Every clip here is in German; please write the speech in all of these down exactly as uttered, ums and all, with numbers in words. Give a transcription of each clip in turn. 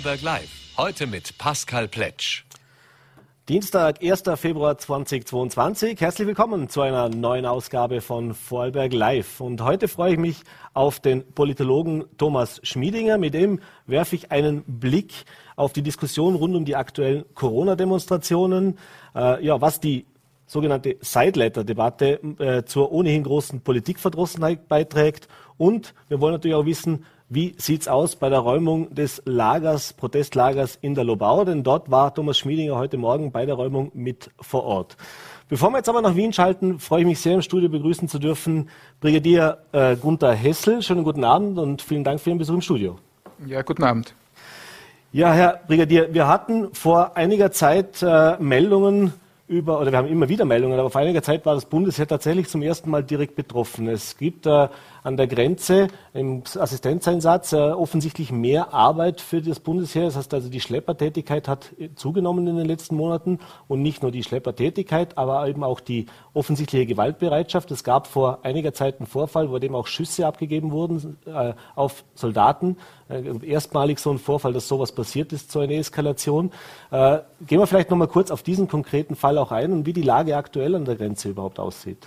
Vorarlberg Live. Heute mit Pascal Pletsch. Dienstag, erster Februar zweitausendzweiundzwanzig. Herzlich willkommen zu einer neuen Ausgabe von Vorarlberg Live. Und heute freue ich mich auf den Politologen Thomas Schmiedinger. Mit dem werfe ich einen Blick auf die Diskussion rund um die aktuellen Corona-Demonstrationen. Äh, ja, was die sogenannte Side-Letter-Debatte äh, zur ohnehin großen Politikverdrossenheit beiträgt. Und wir wollen natürlich auch wissen, wie sieht's aus bei der Räumung des Lagers, Protestlagers in der Lobau? Denn dort war Thomas Schmiedinger heute Morgen bei der Räumung mit vor Ort. Bevor wir jetzt aber nach Wien schalten, freue ich mich sehr, im Studio begrüßen zu dürfen Brigadier äh, Gunther Hessel. Schönen guten Abend und vielen Dank für Ihren Besuch im Studio. Ja, guten Abend. Ja, Herr Brigadier, wir hatten vor einiger Zeit äh, Meldungen über, oder wir haben immer wieder Meldungen, aber vor einiger Zeit war das Bundesheer tatsächlich zum ersten Mal direkt betroffen. Es gibt äh, an der Grenze im Assistenzeinsatz äh, offensichtlich mehr Arbeit für das Bundesheer. Das heißt also, die Schleppertätigkeit hat zugenommen in den letzten Monaten und nicht nur die Schleppertätigkeit, aber eben auch die offensichtliche Gewaltbereitschaft. Es gab vor einiger Zeit einen Vorfall, wo eben auch Schüsse abgegeben wurden äh, auf Soldaten. Äh, erstmalig so ein Vorfall, dass sowas passiert ist, so eine Eskalation. Äh, gehen wir vielleicht noch mal kurz auf diesen konkreten Fall auch ein und wie die Lage aktuell an der Grenze überhaupt aussieht.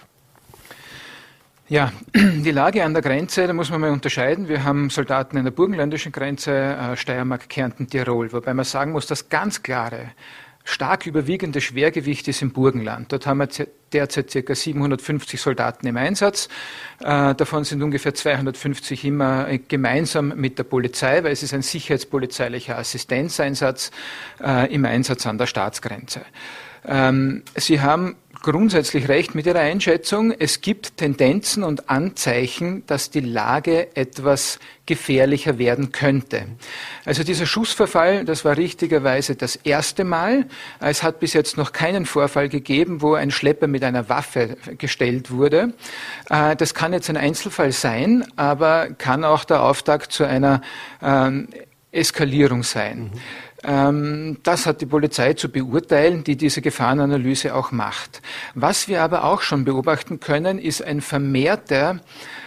Ja, die Lage an der Grenze, da muss man mal unterscheiden. Wir haben Soldaten an der burgenländischen Grenze, äh, Steiermark, Kärnten, Tirol, wobei man sagen muss, das ganz klare, stark überwiegende Schwergewicht ist im Burgenland. Dort haben wir derzeit ca. siebenhundertfünfzig Soldaten im Einsatz. Äh, davon sind ungefähr zweihundertfünfzig immer gemeinsam mit der Polizei, weil es ist ein sicherheitspolizeilicher Assistenzeinsatz äh, im Einsatz an der Staatsgrenze. Ähm, Sie haben grundsätzlich recht mit Ihrer Einschätzung. Es gibt Tendenzen und Anzeichen, dass die Lage etwas gefährlicher werden könnte. Also dieser Schussvorfall, das war richtigerweise das erste Mal. Es hat bis jetzt noch keinen Vorfall gegeben, wo ein Schlepper mit einer Waffe gestellt wurde. Das kann jetzt ein Einzelfall sein, aber kann auch der Auftakt zu einer ähm, Eskalierung sein. Mhm. Das hat die Polizei zu beurteilen, die diese Gefahrenanalyse auch macht. Was wir aber auch schon beobachten können, ist ein vermehrter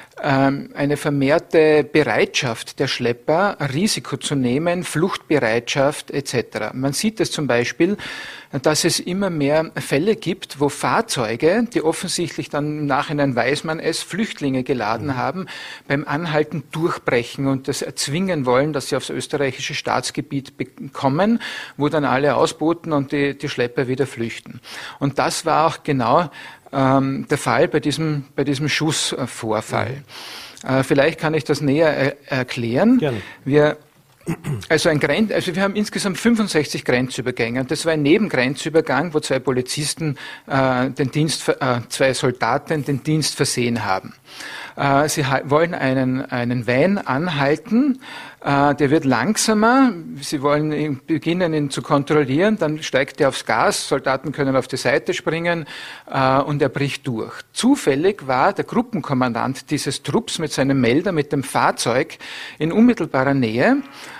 eine vermehrte Bereitschaft der Schlepper, Risiko zu nehmen, Fluchtbereitschaft et cetera. Man sieht es zum Beispiel, dass es immer mehr Fälle gibt, wo Fahrzeuge, die offensichtlich dann im Nachhinein weiß man es, Flüchtlinge geladen haben, beim Anhalten durchbrechen und das erzwingen wollen, dass sie aufs österreichische Staatsgebiet kommen, wo dann alle ausboten und die, die Schlepper wieder flüchten. Und das war auch genau ähm, der Fall bei diesem, bei diesem Schussvorfall. Äh, vielleicht kann ich das näher er erklären. Gerne. Wir Also, ein Grenz, also wir haben insgesamt fünfundsechzig Grenzübergänge. Und das war ein Nebengrenzübergang, wo zwei Polizisten äh, den Dienst, äh, zwei Soldaten den Dienst versehen haben. Äh, sie wollen einen, einen Van anhalten. Äh, der wird langsamer. Sie wollen ihn, beginnen, ihn zu kontrollieren. Dann steigt er aufs Gas. Soldaten können auf die Seite springen äh, und er bricht durch. Zufällig war der Gruppenkommandant dieses Trupps mit seinem Melder, mit dem Fahrzeug in unmittelbarer Nähe,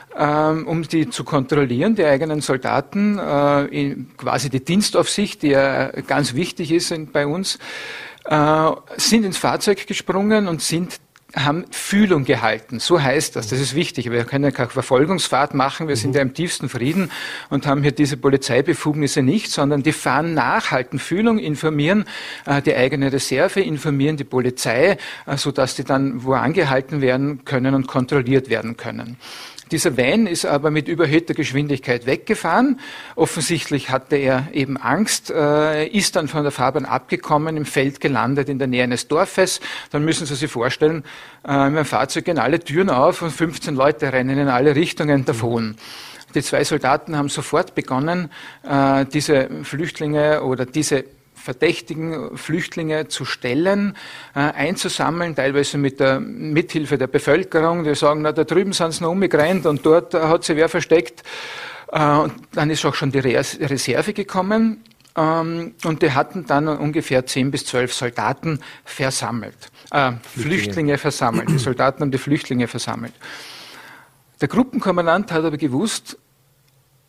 um die zu kontrollieren, die eigenen Soldaten, äh, quasi die Dienstaufsicht, die ja ganz wichtig ist bei uns, äh, sind ins Fahrzeug gesprungen und sind haben Fühlung gehalten. So heißt das. Das ist wichtig. Wir können ja keine Verfolgungsfahrt machen. Wir sind ja im tiefsten Frieden und haben hier diese Polizeibefugnisse nicht, sondern die fahren nach, halten Fühlung, informieren äh, die eigene Reserve, informieren die Polizei, äh, sodass die dann wo angehalten werden können und kontrolliert werden können. Dieser Van ist aber mit überhöhter Geschwindigkeit weggefahren. Offensichtlich hatte er eben Angst, äh, ist dann von der Fahrbahn abgekommen, im Feld gelandet in der Nähe eines Dorfes. Dann müssen Sie sich vorstellen, äh, mit dem Fahrzeug gehen alle Türen auf und fünfzehn Leute rennen in alle Richtungen davon. Die zwei Soldaten haben sofort begonnen, äh, diese Flüchtlinge oder diese verdächtigen Flüchtlinge zu stellen, äh, einzusammeln, teilweise mit der Mithilfe der Bevölkerung. Die sagen, na, da drüben sind sie noch umgerannt und dort äh, hat sich wer versteckt. Äh, und dann ist auch schon die Res Reserve gekommen ähm, und die hatten dann ungefähr zehn bis zwölf Soldaten versammelt, äh, Flüchtlinge. Flüchtlinge versammelt. Die Soldaten haben die Flüchtlinge versammelt. Der Gruppenkommandant hat aber gewusst,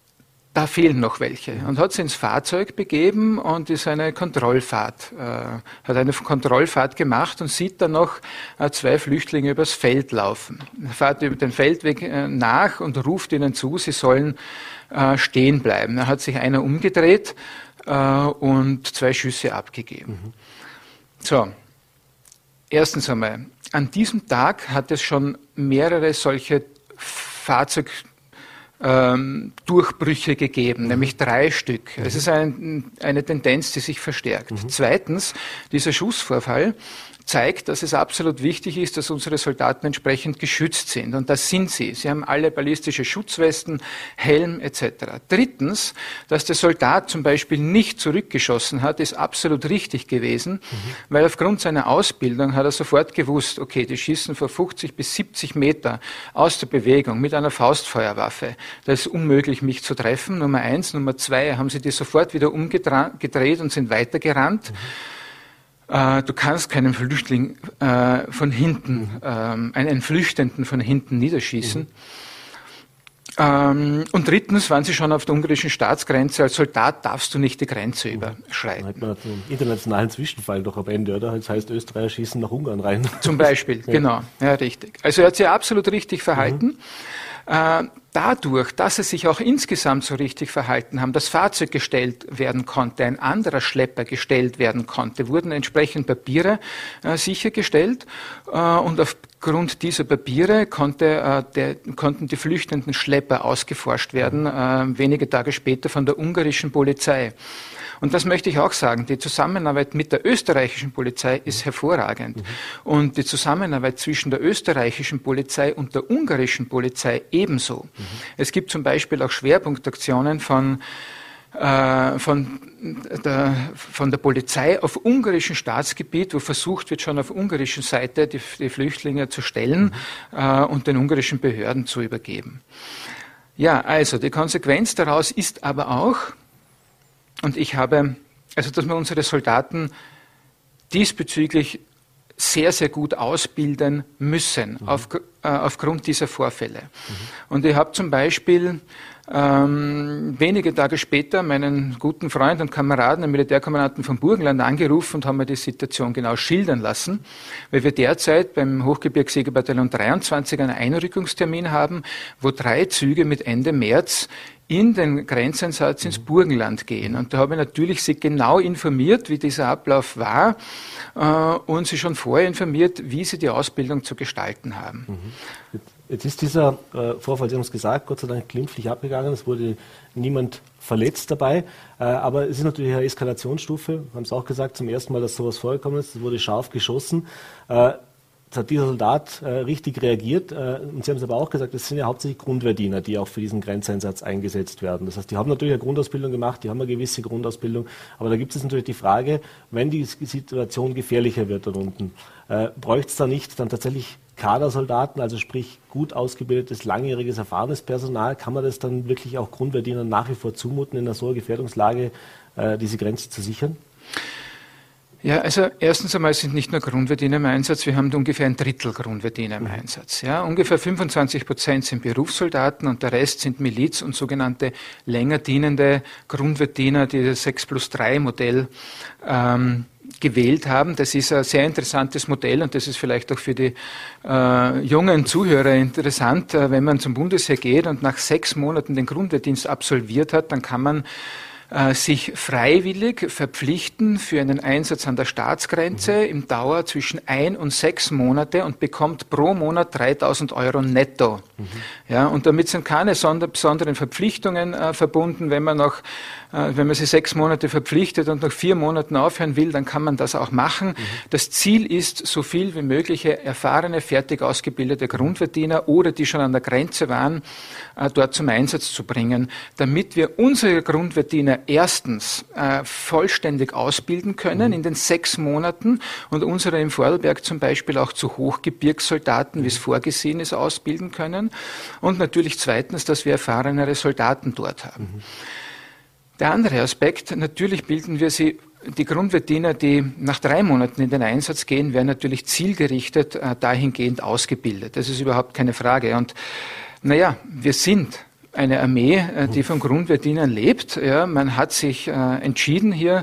da fehlen noch welche. Und hat sich ins Fahrzeug begeben und ist eine Kontrollfahrt, äh, hat eine Kontrollfahrt gemacht und sieht dann noch äh, zwei Flüchtlinge übers Feld laufen. Er fährt über den Feldweg äh, nach und ruft ihnen zu, sie sollen äh, stehen bleiben. Da hat sich einer umgedreht äh, und zwei Schüsse abgegeben. Mhm. So, erstens einmal, an diesem Tag hat es schon mehrere solche Fahrzeug Ähm, Durchbrüche gegeben, mhm. nämlich drei Stück. Mhm. Es ist ein, eine Tendenz, die sich verstärkt. Mhm. Zweitens, dieser Schussvorfall zeigt, dass es absolut wichtig ist, dass unsere Soldaten entsprechend geschützt sind. Und das sind sie. Sie haben alle ballistische Schutzwesten, Helm et cetera. Drittens, dass der Soldat zum Beispiel nicht zurückgeschossen hat, ist absolut richtig gewesen, mhm. weil aufgrund seiner Ausbildung hat er sofort gewusst, okay, die schießen vor fünfzig bis siebzig Meter aus der Bewegung mit einer Faustfeuerwaffe. Das ist unmöglich, mich zu treffen. Nummer eins. Nummer zwei, haben sie die sofort wieder umgedreht und sind weitergerannt. Mhm. Du kannst keinen Flüchtling äh, von hinten, ähm, einen Flüchtenden von hinten niederschießen. Mhm. Ähm, und drittens waren sie schon auf der ungarischen Staatsgrenze. Als Soldat darfst du nicht die Grenze mhm. überschreiten. Dann hat man einen internationalen Zwischenfall doch am Ende, oder? Das heißt, Österreicher schießen nach Ungarn rein. Zum Beispiel, ja. Genau. Ja, richtig. Also er hat sich absolut richtig verhalten. Mhm. Äh, dadurch, dass sie sich auch insgesamt so richtig verhalten haben, das Fahrzeug gestellt werden konnte, ein anderer Schlepper gestellt werden konnte, wurden entsprechend Papiere äh, sichergestellt äh, und aufgrund dieser Papiere konnte, äh, der, konnten die flüchtenden Schlepper ausgeforscht werden, äh, wenige Tage später von der ungarischen Polizei. Und das möchte ich auch sagen, die Zusammenarbeit mit der österreichischen Polizei ist hervorragend. Mhm. Und die Zusammenarbeit zwischen der österreichischen Polizei und der ungarischen Polizei ebenso. Mhm. Es gibt zum Beispiel auch Schwerpunktaktionen von äh, von der, von der Polizei auf ungarischem Staatsgebiet, wo versucht wird, schon auf ungarischer Seite die, die Flüchtlinge zu stellen mhm. äh, und den ungarischen Behörden zu übergeben. Ja, also die Konsequenz daraus ist aber auch, und ich habe, also dass wir unsere Soldaten diesbezüglich sehr, sehr gut ausbilden müssen, mhm. auf, äh, aufgrund dieser Vorfälle. Mhm. Und ich habe zum Beispiel ähm, wenige Tage später meinen guten Freund und Kameraden, den Militärkommandanten von Burgenland, angerufen und haben mir die Situation genau schildern lassen, weil wir derzeit beim Hochgebirgsjägerbataillon dreiundzwanzig einen Einrückungstermin haben, wo drei Züge mit Ende März in den Grenzeinsatz ins Burgenland gehen. Und da habe ich natürlich sie genau informiert, wie dieser Ablauf war äh, und sie schon vorher informiert, wie sie die Ausbildung zu gestalten haben. Mhm. Jetzt ist dieser äh, Vorfall, Sie haben es gesagt, Gott sei Dank glimpflich abgegangen. Es wurde niemand verletzt dabei. Äh, aber es ist natürlich eine Eskalationsstufe. Wir haben es auch gesagt, zum ersten Mal, dass sowas vorgekommen ist. Es wurde scharf geschossen. Äh, Jetzt hat dieser Soldat äh, richtig reagiert. Äh, und Sie haben es aber auch gesagt, es sind ja hauptsächlich Grundwehrdiener, die auch für diesen Grenzeinsatz eingesetzt werden. Das heißt, die haben natürlich eine Grundausbildung gemacht, die haben eine gewisse Grundausbildung. Aber da gibt es natürlich die Frage, wenn die Situation gefährlicher wird dort unten, äh, bräuchte es da nicht dann tatsächlich Kadersoldaten, also sprich gut ausgebildetes, langjähriges, erfahrenes Personal? Kann man das dann wirklich auch Grundwehrdienern nach wie vor zumuten, in einer so Gefährdungslage äh, diese Grenze zu sichern? Ja, also erstens einmal sind nicht nur Grundwehrdiener im Einsatz, wir haben ungefähr ein Drittel Grundwehrdiener im Einsatz. Ja, ungefähr fünfundzwanzig Prozent sind Berufssoldaten und der Rest sind Miliz und sogenannte länger dienende Grundwehrdiener, die das sechs plus drei Modell ähm, gewählt haben. Das ist ein sehr interessantes Modell und das ist vielleicht auch für die äh, jungen Zuhörer interessant. Äh, wenn man zum Bundesheer geht und nach sechs Monaten den Grundwehrdienst absolviert hat, dann kann man sich freiwillig verpflichten für einen Einsatz an der Staatsgrenze mhm. im Dauer zwischen ein und sechs Monate und bekommt pro Monat dreitausend Euro netto. Mhm. Ja, und damit sind keine sonder, besonderen Verpflichtungen äh, verbunden. Wenn man noch, äh, wenn man sich sechs Monate verpflichtet und nach vier Monaten aufhören will, dann kann man das auch machen. Mhm. Das Ziel ist, so viel wie mögliche erfahrene, fertig ausgebildete Grundwehrdiener oder die schon an der Grenze waren, äh, dort zum Einsatz zu bringen, damit wir unsere Grundwehrdiener erstens äh, vollständig ausbilden können mhm. in den sechs Monaten und unsere im Vorarlberg zum Beispiel auch zu Hochgebirgssoldaten, mhm. wie es vorgesehen ist, ausbilden können. Und natürlich zweitens, dass wir erfahrenere Soldaten dort haben. Mhm. Der andere Aspekt, natürlich bilden wir sie, die Grundwehrdiener, die nach drei Monaten in den Einsatz gehen, werden natürlich zielgerichtet äh, dahingehend ausgebildet. Das ist überhaupt keine Frage. Und naja, wir sind eine Armee, die von Grundwehrdienern lebt. Ja, man hat sich äh, entschieden, hier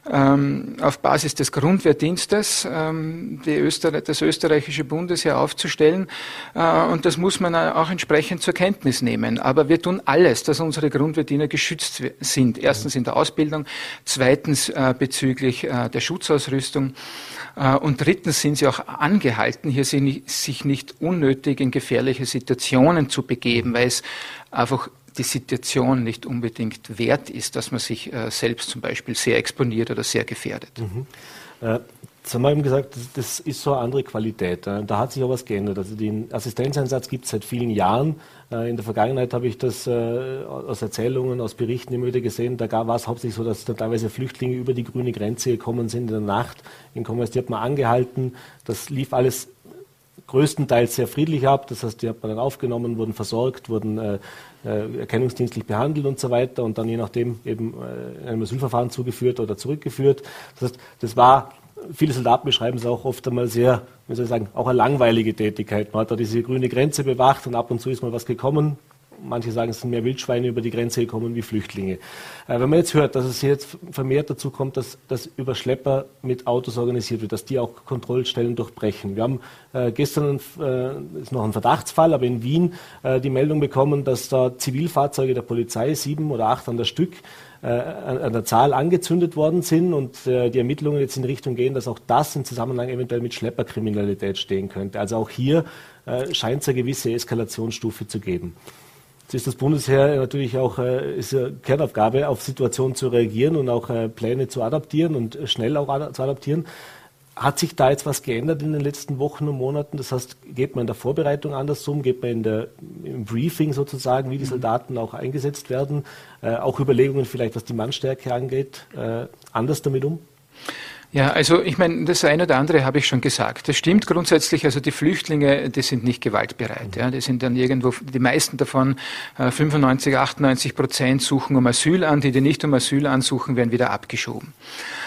ähm, auf Basis des Grundwehrdienstes ähm, die Öster- das österreichische Bundesheer aufzustellen. Äh, und das muss man auch entsprechend zur Kenntnis nehmen. Aber wir tun alles, dass unsere Grundwehrdiener geschützt sind. Erstens in der Ausbildung, zweitens äh, bezüglich äh, der Schutzausrüstung. Äh, und drittens sind sie auch angehalten, hier sich nicht unnötig in gefährliche Situationen zu begeben, weil es einfach die Situation nicht unbedingt wert ist, dass man sich äh, selbst zum Beispiel sehr exponiert oder sehr gefährdet. Mhm. Äh, jetzt haben wir eben gesagt, das, das ist so eine andere Qualität. Äh, da hat sich auch was geändert. Also den Assistenzeinsatz gibt es seit vielen Jahren. Äh, in der Vergangenheit habe ich das äh, aus Erzählungen, aus Berichten immer wieder gesehen. Da war es hauptsächlich so, dass da teilweise Flüchtlinge über die grüne Grenze gekommen sind in der Nacht. In Kommerz, die hat man angehalten. Das lief alles größtenteils sehr friedlich ab. Das heißt, die hat man dann aufgenommen, wurden versorgt, wurden äh, äh, erkennungsdienstlich behandelt und so weiter und dann je nachdem eben äh, einem Asylverfahren zugeführt oder zurückgeführt. Das heißt, das war, viele Soldaten beschreiben es auch oft einmal sehr, wie soll ich sagen, auch eine langweilige Tätigkeit. Man hat da diese grüne Grenze bewacht und ab und zu ist mal was gekommen. Manche sagen, es sind mehr Wildschweine über die Grenze gekommen wie Flüchtlinge. Äh, wenn man jetzt hört, dass es jetzt vermehrt dazu kommt, dass das über Schlepper mit Autos organisiert wird, dass die auch Kontrollstellen durchbrechen. Wir haben äh, gestern, äh, ist noch ein Verdachtsfall, aber in Wien äh, die Meldung bekommen, dass da Zivilfahrzeuge der Polizei, sieben oder acht an der Stück, äh, an, an der Zahl angezündet worden sind und äh, die Ermittlungen jetzt in Richtung gehen, dass auch das im Zusammenhang eventuell mit Schlepperkriminalität stehen könnte. Also auch hier äh, scheint es eine gewisse Eskalationsstufe zu geben. Jetzt ist das Bundesheer natürlich auch äh, ist eine Kernaufgabe, auf Situationen zu reagieren und auch äh, Pläne zu adaptieren und äh, schnell auch ad- zu adaptieren. Hat sich da jetzt was geändert in den letzten Wochen und Monaten? Das heißt, geht man in der Vorbereitung anders um, geht man in der, im Briefing sozusagen, wie die Soldaten auch eingesetzt werden, äh, auch Überlegungen vielleicht, was die Mannstärke angeht, äh, anders damit um? Ja, also ich meine, das eine oder andere habe ich schon gesagt. Das stimmt grundsätzlich, also die Flüchtlinge, die sind nicht gewaltbereit. Ja, die sind dann irgendwo, die meisten davon, äh, fünfundneunzig, achtundneunzig Prozent suchen um Asyl an, die, die nicht um Asyl ansuchen, werden wieder abgeschoben.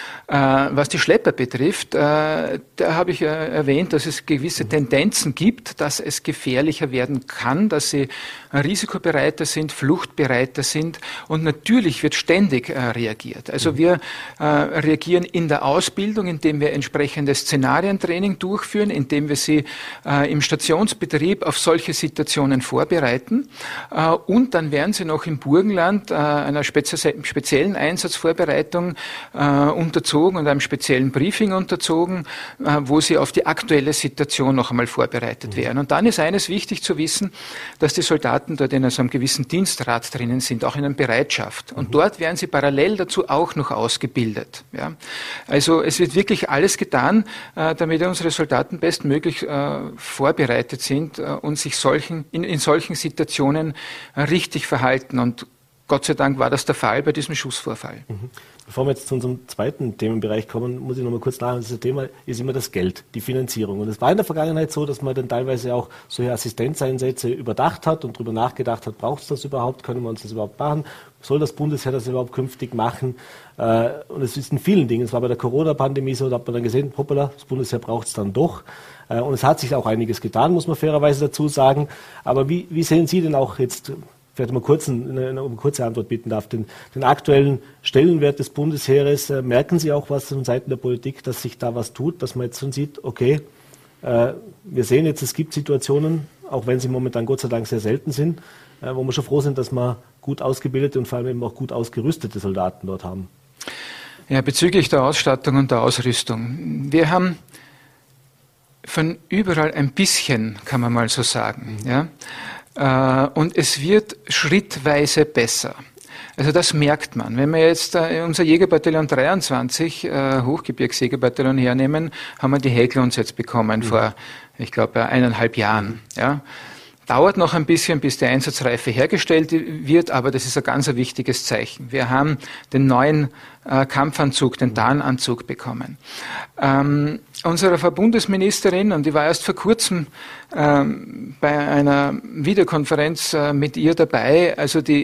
Äh, was die Schlepper betrifft, äh, da habe ich äh, erwähnt, dass es gewisse Tendenzen gibt, dass es gefährlicher werden kann, dass sie äh, risikobereiter sind, fluchtbereiter sind und natürlich wird ständig äh, reagiert. Also wir äh, reagieren in der Ausbildung, indem wir entsprechende Szenarientraining durchführen, indem wir sie äh, im Stationsbetrieb auf solche Situationen vorbereiten äh, und dann werden sie noch im Burgenland äh, einer spezi- speziellen Einsatzvorbereitung äh, unterzogen und einem speziellen Briefing unterzogen, wo sie auf die aktuelle Situation noch einmal vorbereitet werden. Und dann ist eines wichtig zu wissen, dass die Soldaten dort in so einem gewissen Dienstrat drinnen sind, auch in einer Bereitschaft. Und dort werden sie parallel dazu auch noch ausgebildet. Ja. Also es wird wirklich alles getan, damit unsere Soldaten bestmöglich vorbereitet sind und sich solchen, in, in solchen Situationen richtig verhalten. Und Gott sei Dank war das der Fall bei diesem Schussvorfall. Mhm. Bevor wir jetzt zu unserem zweiten Themenbereich kommen, muss ich noch mal kurz nachdenken. Das Thema ist immer das Geld, die Finanzierung. Und es war in der Vergangenheit so, dass man dann teilweise auch solche Assistenzeinsätze überdacht hat und darüber nachgedacht hat, braucht es das überhaupt, können wir uns das überhaupt machen, soll das Bundesheer das überhaupt künftig machen? Und es ist in vielen Dingen, es war bei der Corona-Pandemie so, da hat man dann gesehen, hoppala, das Bundesheer braucht es dann doch. Und es hat sich auch einiges getan, muss man fairerweise dazu sagen. Aber wie, wie sehen Sie denn auch jetzt, vielleicht mal kurz eine, eine, eine kurze Antwort bitten darf, den, den aktuellen Stellenwert des Bundesheeres, äh, merken Sie auch was von Seiten der Politik, dass sich da was tut, dass man jetzt schon sieht, okay, äh, wir sehen jetzt, es gibt Situationen, auch wenn sie momentan Gott sei Dank sehr selten sind, äh, wo wir schon froh sind, dass wir gut ausgebildete und vor allem eben auch gut ausgerüstete Soldaten dort haben. Ja, bezüglich der Ausstattung und der Ausrüstung. Wir haben von überall ein bisschen, kann man mal so sagen, mhm. ja. Und es wird schrittweise besser. Also das merkt man. Wenn wir jetzt äh, unser Jägerbataillon dreiundzwanzig, äh, Hochgebirgsjägerbataillon hernehmen, haben wir die Häklons jetzt bekommen mhm. vor, ich glaube, eineinhalb Jahren. Ja. Dauert noch ein bisschen, bis die Einsatzreife hergestellt wird, aber das ist ein ganz ein wichtiges Zeichen. Wir haben den neuen äh, Kampfanzug, den Tarnanzug bekommen. Ähm, unsere Frau Bundesministerin, und ich war erst vor kurzem ähm, bei einer Videokonferenz äh, mit ihr dabei, also die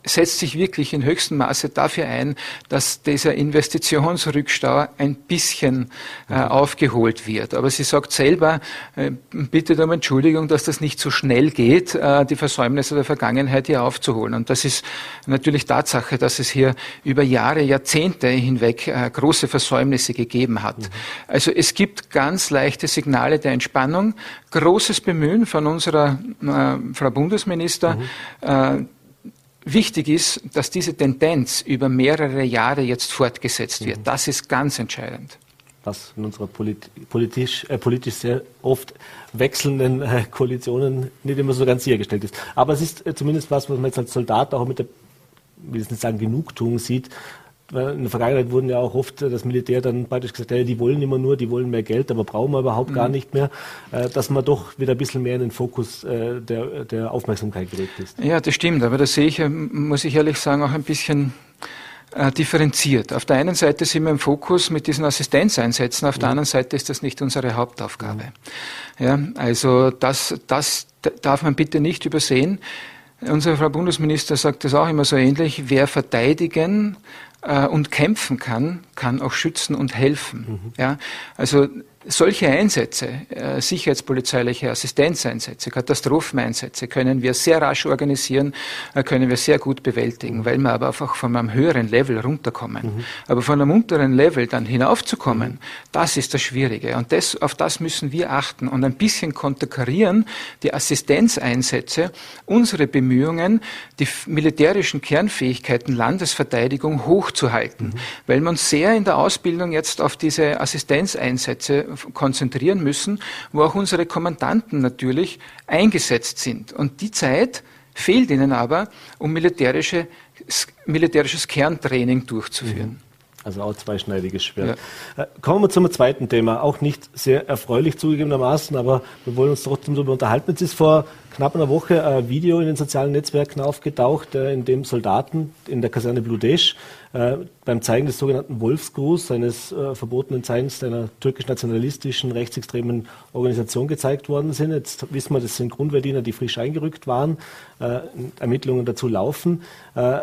setzt sich wirklich in höchstem Maße dafür ein, dass dieser Investitionsrückstau ein bisschen äh, aufgeholt wird. Aber sie sagt selber, äh, bittet um Entschuldigung, dass das nicht so schnell geht, äh, die Versäumnisse der Vergangenheit hier aufzuholen. Und das ist natürlich Tatsache, dass es hier über Jahre, Jahrzehnte hinweg äh, große Versäumnisse gegeben hat. Mhm. Also es gibt ganz leichte Signale der Entspannung, großes Bemühen von unserer äh, Frau Bundesminister. Mhm. Äh, Wichtig ist, dass diese Tendenz über mehrere Jahre jetzt fortgesetzt wird. Das ist ganz entscheidend. Was in unserer polit politisch, äh, politisch sehr oft wechselnden äh, Koalitionen nicht immer so ganz sichergestellt ist. Aber es ist äh, zumindest was, was man jetzt als Soldat auch mit der, will ich nicht sagen, Genugtuung sieht. In der Vergangenheit wurden ja auch oft das Militär dann praktisch gesagt, hey, die wollen immer nur, die wollen mehr Geld, aber brauchen wir überhaupt mhm. gar nicht mehr, dass man doch wieder ein bisschen mehr in den Fokus der, der Aufmerksamkeit gerückt ist. Ja, das stimmt, aber das sehe ich, muss ich ehrlich sagen, auch ein bisschen äh, differenziert. Auf der einen Seite sind wir im Fokus mit diesen Assistenzeinsätzen, auf mhm. der anderen Seite ist das nicht unsere Hauptaufgabe. Mhm. Ja, also das, das darf man bitte nicht übersehen. Unsere Frau Bundesminister sagt das auch immer so ähnlich, wer verteidigen äh, und kämpfen kann, kann auch schützen und helfen. Mhm. Ja, also solche Einsätze, äh, sicherheitspolizeiliche Assistenzeinsätze, Katastropheneinsätze können wir sehr rasch organisieren, äh, können wir sehr gut bewältigen, mhm. weil wir aber einfach von einem höheren Level runterkommen. Mhm. Aber von einem unteren Level dann hinaufzukommen, mhm. das ist das Schwierige. Und das, auf das müssen wir achten und ein bisschen konterkarieren die Assistenzeinsätze, unsere Bemühungen, die militärischen Kernfähigkeiten Landesverteidigung hochzuhalten, mhm. weil wir uns sehr in der Ausbildung jetzt auf diese Assistenzeinsätze konzentrieren müssen, wo auch unsere Kommandanten natürlich eingesetzt sind. Und die Zeit fehlt ihnen aber, um militärische, militärisches Kerntraining durchzuführen. Also auch zweischneidiges Schwert. Ja. Kommen wir zum zweiten Thema, auch nicht sehr erfreulich zugegebenermaßen, aber wir wollen uns trotzdem darüber unterhalten. Jetzt ist vor knapp einer Woche ein Video in den sozialen Netzwerken aufgetaucht, in dem Soldaten in der Kaserne Bludesch äh, beim Zeigen des sogenannten Wolfsgruß, eines äh, verbotenen Zeigens einer türkisch-nationalistischen, rechtsextremen Organisation gezeigt worden sind. Jetzt wissen wir, das sind Grundwehrdiener, die frisch eingerückt waren, äh, Ermittlungen dazu laufen. Äh,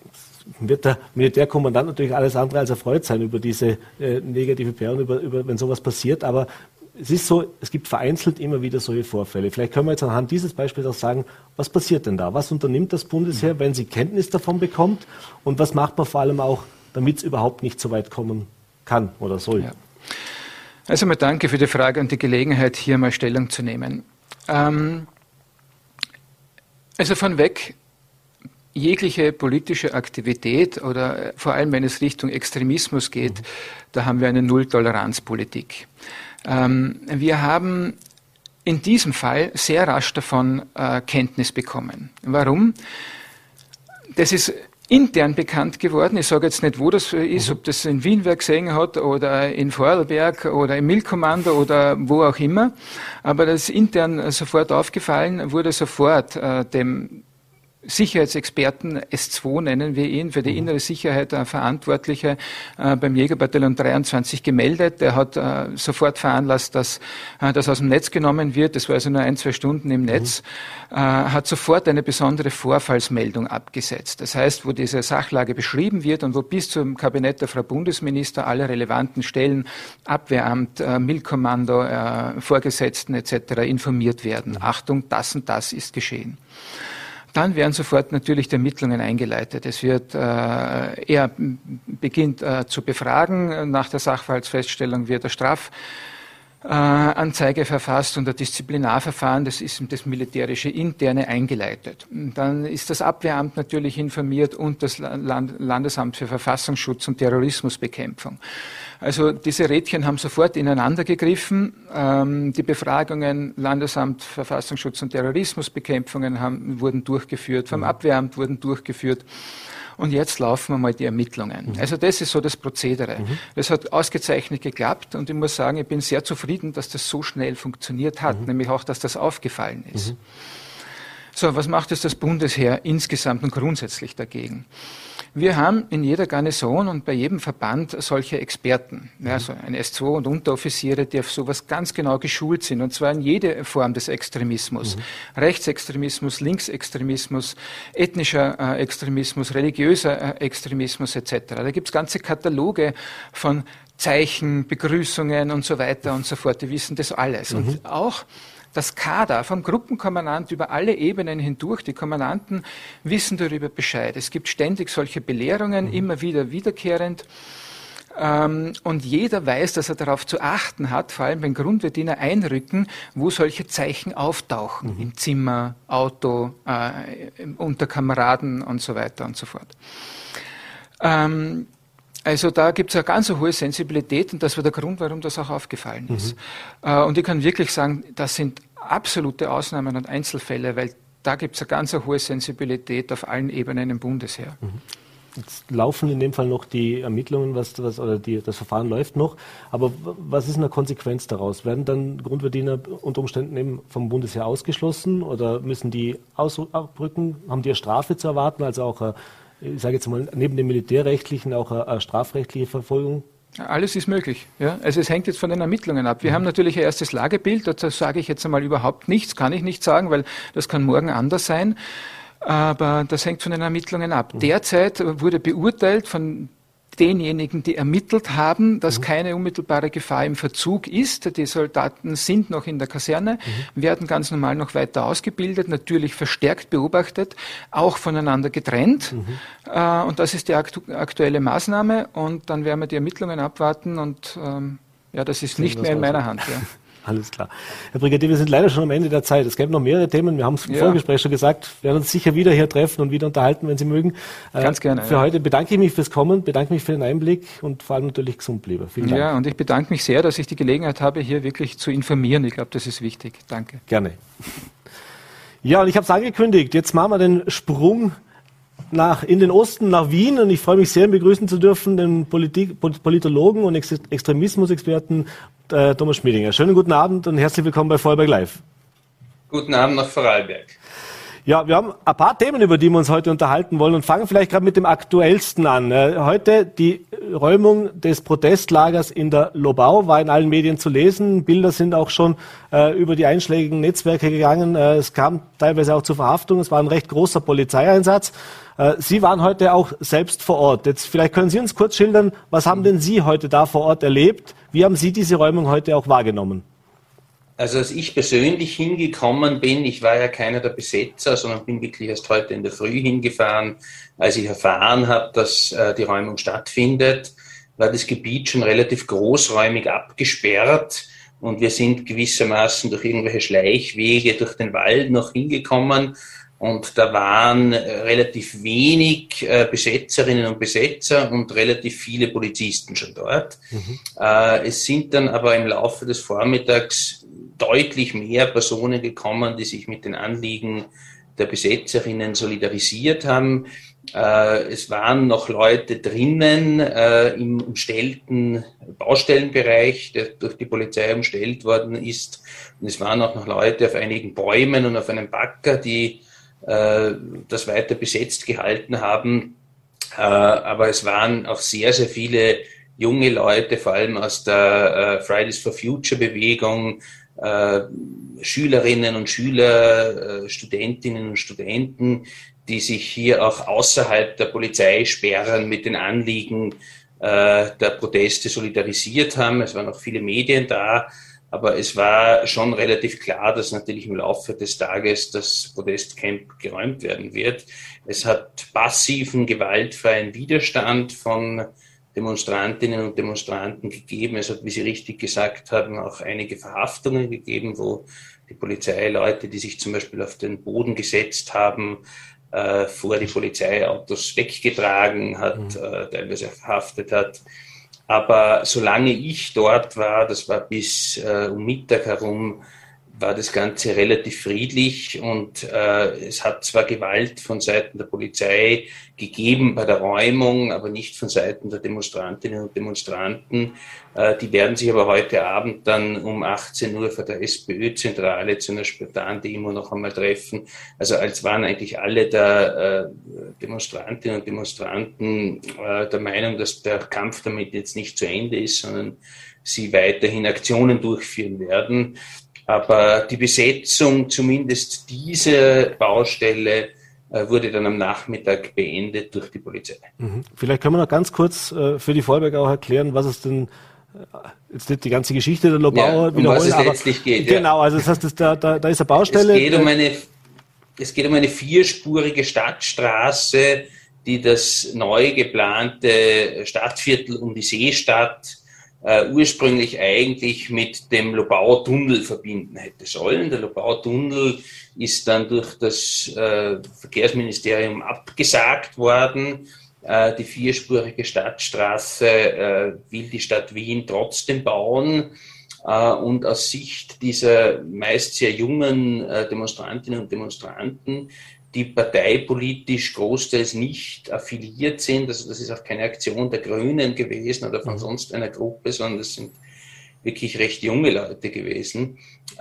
wird der Militärkommandant natürlich alles andere als erfreut sein über diese äh, negative P R und über, über, wenn sowas passiert. Aber es ist so, es gibt vereinzelt immer wieder solche Vorfälle. Vielleicht können wir jetzt anhand dieses Beispiels auch sagen, was passiert denn da? Was unternimmt das Bundesheer, wenn sie Kenntnis davon bekommt? Und was macht man vor allem auch, damit es überhaupt nicht so weit kommen kann oder soll? Ja. Also mal danke für die Frage und die Gelegenheit, hier mal Stellung zu nehmen. Ähm, also von weg, jegliche politische Aktivität oder vor allem, wenn es Richtung Extremismus geht, mhm. da haben wir eine Null-Toleranz-Politik. Ähm, wir haben in diesem Fall sehr rasch davon äh, Kenntnis bekommen. Warum? Das ist intern bekannt geworden. Ich sage jetzt nicht, wo das ist, mhm. ob das in Wien wer gesehen hat oder in Vorarlberg oder im Milkommando oder wo auch immer. Aber das ist intern sofort aufgefallen, wurde sofort äh, dem Sicherheitsexperten, S zwei nennen wir ihn, für die innere Sicherheit äh, Verantwortliche äh, beim Jägerbataillon dreiundzwanzig gemeldet. Der hat äh, sofort veranlasst, dass äh, das aus dem Netz genommen wird. Das war also nur ein, zwei Stunden im Netz. Mhm. Äh, hat sofort eine besondere Vorfallsmeldung abgesetzt. Das heißt, wo diese Sachlage beschrieben wird und wo bis zum Kabinett der Frau Bundesminister alle relevanten Stellen, Abwehramt, äh, Milkommando, äh, Vorgesetzten et cetera informiert werden. Mhm. Achtung, das und das ist geschehen. Dann werden sofort natürlich die Ermittlungen eingeleitet. Es wird, äh, er beginnt äh, zu befragen. Nach der Sachverhaltsfeststellung wird eine Strafanzeige verfasst und ein Disziplinarverfahren, das ist das militärische interne, eingeleitet. Dann ist das Abwehramt natürlich informiert und das Land- Landesamt für Verfassungsschutz und Terrorismusbekämpfung. Also diese Rädchen haben sofort ineinander gegriffen. Ähm, die Befragungen Landesamt Verfassungsschutz und Terrorismusbekämpfungen haben, wurden durchgeführt, vom Abwehramt wurden durchgeführt. Und jetzt laufen wir mal die Ermittlungen. Mhm. Also das ist so das Prozedere. Mhm. Das hat ausgezeichnet geklappt und ich muss sagen, ich bin sehr zufrieden, dass das so schnell funktioniert hat, mhm. nämlich auch, dass das aufgefallen ist. Mhm. So, was macht jetzt das Bundesheer insgesamt und grundsätzlich dagegen? Wir haben in jeder Garnison und bei jedem Verband solche Experten, ja, also ein S zwei und Unteroffiziere, die auf sowas ganz genau geschult sind, und zwar in jede Form des Extremismus. Mhm. Rechtsextremismus, Linksextremismus, ethnischer äh, Extremismus, religiöser äh, Extremismus et cetera. Da gibt es ganze Kataloge von Zeichen, Begrüßungen und so weiter und so fort. Die wissen das alles. Mhm. Und auch das Kader vom Gruppenkommandant über alle Ebenen hindurch, die Kommandanten wissen darüber Bescheid. Es gibt ständig solche Belehrungen, mhm. immer wieder wiederkehrend. Ähm, und jeder weiß, dass er darauf zu achten hat, vor allem wenn Grundwehrdiener einrücken, wo solche Zeichen auftauchen. Mhm. Im Zimmer, Auto, äh, unter Kameraden und so weiter und so fort. Ähm, Also da gibt es eine ganz hohe Sensibilität und das war der Grund, warum das auch aufgefallen ist. Mhm. Und ich kann wirklich sagen, das sind absolute Ausnahmen und Einzelfälle, weil da gibt es eine ganz hohe Sensibilität auf allen Ebenen im Bundesheer. Mhm. Jetzt laufen in dem Fall noch die Ermittlungen, was, was, oder die, das Verfahren läuft noch, aber was ist eine Konsequenz daraus? Werden dann Grundwehrdiener unter Umständen eben vom Bundesheer ausgeschlossen oder müssen die ausrücken? Haben die eine Strafe zu erwarten, also auch eine, ich sage jetzt mal, neben dem militärrechtlichen auch eine, eine strafrechtliche Verfolgung? Alles ist möglich. Ja? Also es hängt jetzt von den Ermittlungen ab. Wir mhm. haben natürlich ein erstes Lagebild, dazu sage ich jetzt einmal überhaupt nichts, kann ich nicht sagen, weil das kann morgen anders sein. Aber das hängt von den Ermittlungen ab. Mhm. Derzeit wurde beurteilt von denjenigen, die ermittelt haben, dass mhm. keine unmittelbare Gefahr im Verzug ist. Die Soldaten sind noch in der Kaserne, mhm. werden ganz normal noch weiter ausgebildet, natürlich verstärkt beobachtet, auch voneinander getrennt. Mhm. Äh, und das ist die aktu- aktuelle Maßnahme. Und dann werden wir die Ermittlungen abwarten. Und ähm, ja, das ist nicht mehr in meiner Hand. Ja. Alles klar. Herr Brigadier, wir sind leider schon am Ende der Zeit. Es gäbe noch mehrere Themen. Wir haben es im ja. Vorgespräch schon gesagt. Wir werden uns sicher wieder hier treffen und wieder unterhalten, wenn Sie mögen. Ganz gerne. Für ja. heute bedanke ich mich fürs Kommen, bedanke mich für den Einblick und vor allem natürlich gesund bleiben. Vielen Dank. Ja, und ich bedanke mich sehr, dass ich die Gelegenheit habe, hier wirklich zu informieren. Ich glaube, das ist wichtig. Danke. Gerne. Ja, und ich habe es angekündigt. Jetzt machen wir den Sprung nach, in den Osten, nach Wien, und ich freue mich sehr, begrüßen zu dürfen den Politik, Politologen und Ex- Extremismusexperten äh, Thomas Schmiedinger. Schönen guten Abend und herzlich willkommen bei Vorarlberg Live. Guten Abend nach Vorarlberg. Ja, wir haben ein paar Themen, über die wir uns heute unterhalten wollen, und fangen vielleicht gerade mit dem aktuellsten an. Heute die Räumung des Protestlagers in der Lobau war in allen Medien zu lesen. Bilder sind auch schon äh, über die einschlägigen Netzwerke gegangen. Äh, es kam teilweise auch zu Verhaftungen. Es war ein recht großer Polizeieinsatz. Äh, Sie waren heute auch selbst vor Ort. Jetzt vielleicht können Sie uns kurz schildern, was haben denn Sie heute da vor Ort erlebt? Wie haben Sie diese Räumung heute auch wahrgenommen? Also als ich persönlich hingekommen bin, ich war ja keiner der Besetzer, sondern bin wirklich erst heute in der Früh hingefahren, als ich erfahren habe, dass äh, die Räumung stattfindet, war das Gebiet schon relativ großräumig abgesperrt und wir sind gewissermaßen durch irgendwelche Schleichwege durch den Wald noch hingekommen und da waren äh, relativ wenig äh, Besetzerinnen und Besetzer und relativ viele Polizisten schon dort. Mhm. Äh, es sind dann aber im Laufe des Vormittags deutlich mehr Personen gekommen, die sich mit den Anliegen der Besetzerinnen solidarisiert haben. Äh, es waren noch Leute drinnen äh, im umstellten Baustellenbereich, der durch die Polizei umstellt worden ist. Und es waren auch noch Leute auf einigen Bäumen und auf einem Bagger, die äh, das weiter besetzt gehalten haben. Äh, aber es waren auch sehr, sehr viele junge Leute, vor allem aus der äh, Fridays for Future Bewegung, Äh, Schülerinnen und Schüler, äh, Studentinnen und Studenten, die sich hier auch außerhalb der Polizeisperren mit den Anliegen äh, der Proteste solidarisiert haben. Es waren auch viele Medien da, aber es war schon relativ klar, dass natürlich im Laufe des Tages das Protestcamp geräumt werden wird. Es hat passiven, gewaltfreien Widerstand von Demonstrantinnen und Demonstranten gegeben. Es hat, wie Sie richtig gesagt haben, auch einige Verhaftungen gegeben, wo die Polizeileute, die sich zum Beispiel auf den Boden gesetzt haben, äh, vor die Polizeiautos weggetragen hat, mhm. äh, teilweise verhaftet hat. Aber solange ich dort war, das war bis äh, um Mittag herum, war das Ganze relativ friedlich und äh, es hat zwar Gewalt von Seiten der Polizei gegeben bei der Räumung, aber nicht von Seiten der Demonstrantinnen und Demonstranten. Äh, die werden sich aber heute Abend dann um achtzehn Uhr vor der SPÖ-Zentrale zu einer Spontan-Demo noch einmal treffen. Also als waren eigentlich alle der äh, Demonstrantinnen und Demonstranten äh, der Meinung, dass der Kampf damit jetzt nicht zu Ende ist, sondern sie weiterhin Aktionen durchführen werden. Aber die Besetzung, zumindest diese Baustelle, wurde dann am Nachmittag beendet durch die Polizei. Mhm. Vielleicht können wir noch ganz kurz äh, für die Vorarlberger auch erklären, was es denn, äh, jetzt nicht die ganze Geschichte der Lobauer ja, um wiederholen, was es aber letztlich geht. Genau, ja. also das heißt, das, da, da, da ist eine Baustelle. Es geht um eine, es geht um eine vierspurige Stadtstraße, die das neu geplante Stadtviertel um die Seestadt Uh, ursprünglich eigentlich mit dem Lobauer Tunnel verbinden hätte sollen. Der Lobauer Tunnel ist dann durch das uh, Verkehrsministerium abgesagt worden. Uh, die vierspurige Stadtstraße uh, will die Stadt Wien trotzdem bauen. Uh, und aus Sicht dieser meist sehr jungen uh, Demonstrantinnen und Demonstranten, die parteipolitisch großteils nicht affiliiert sind. Also das ist auch keine Aktion der Grünen gewesen oder von sonst einer Gruppe, sondern das sind wirklich recht junge Leute gewesen,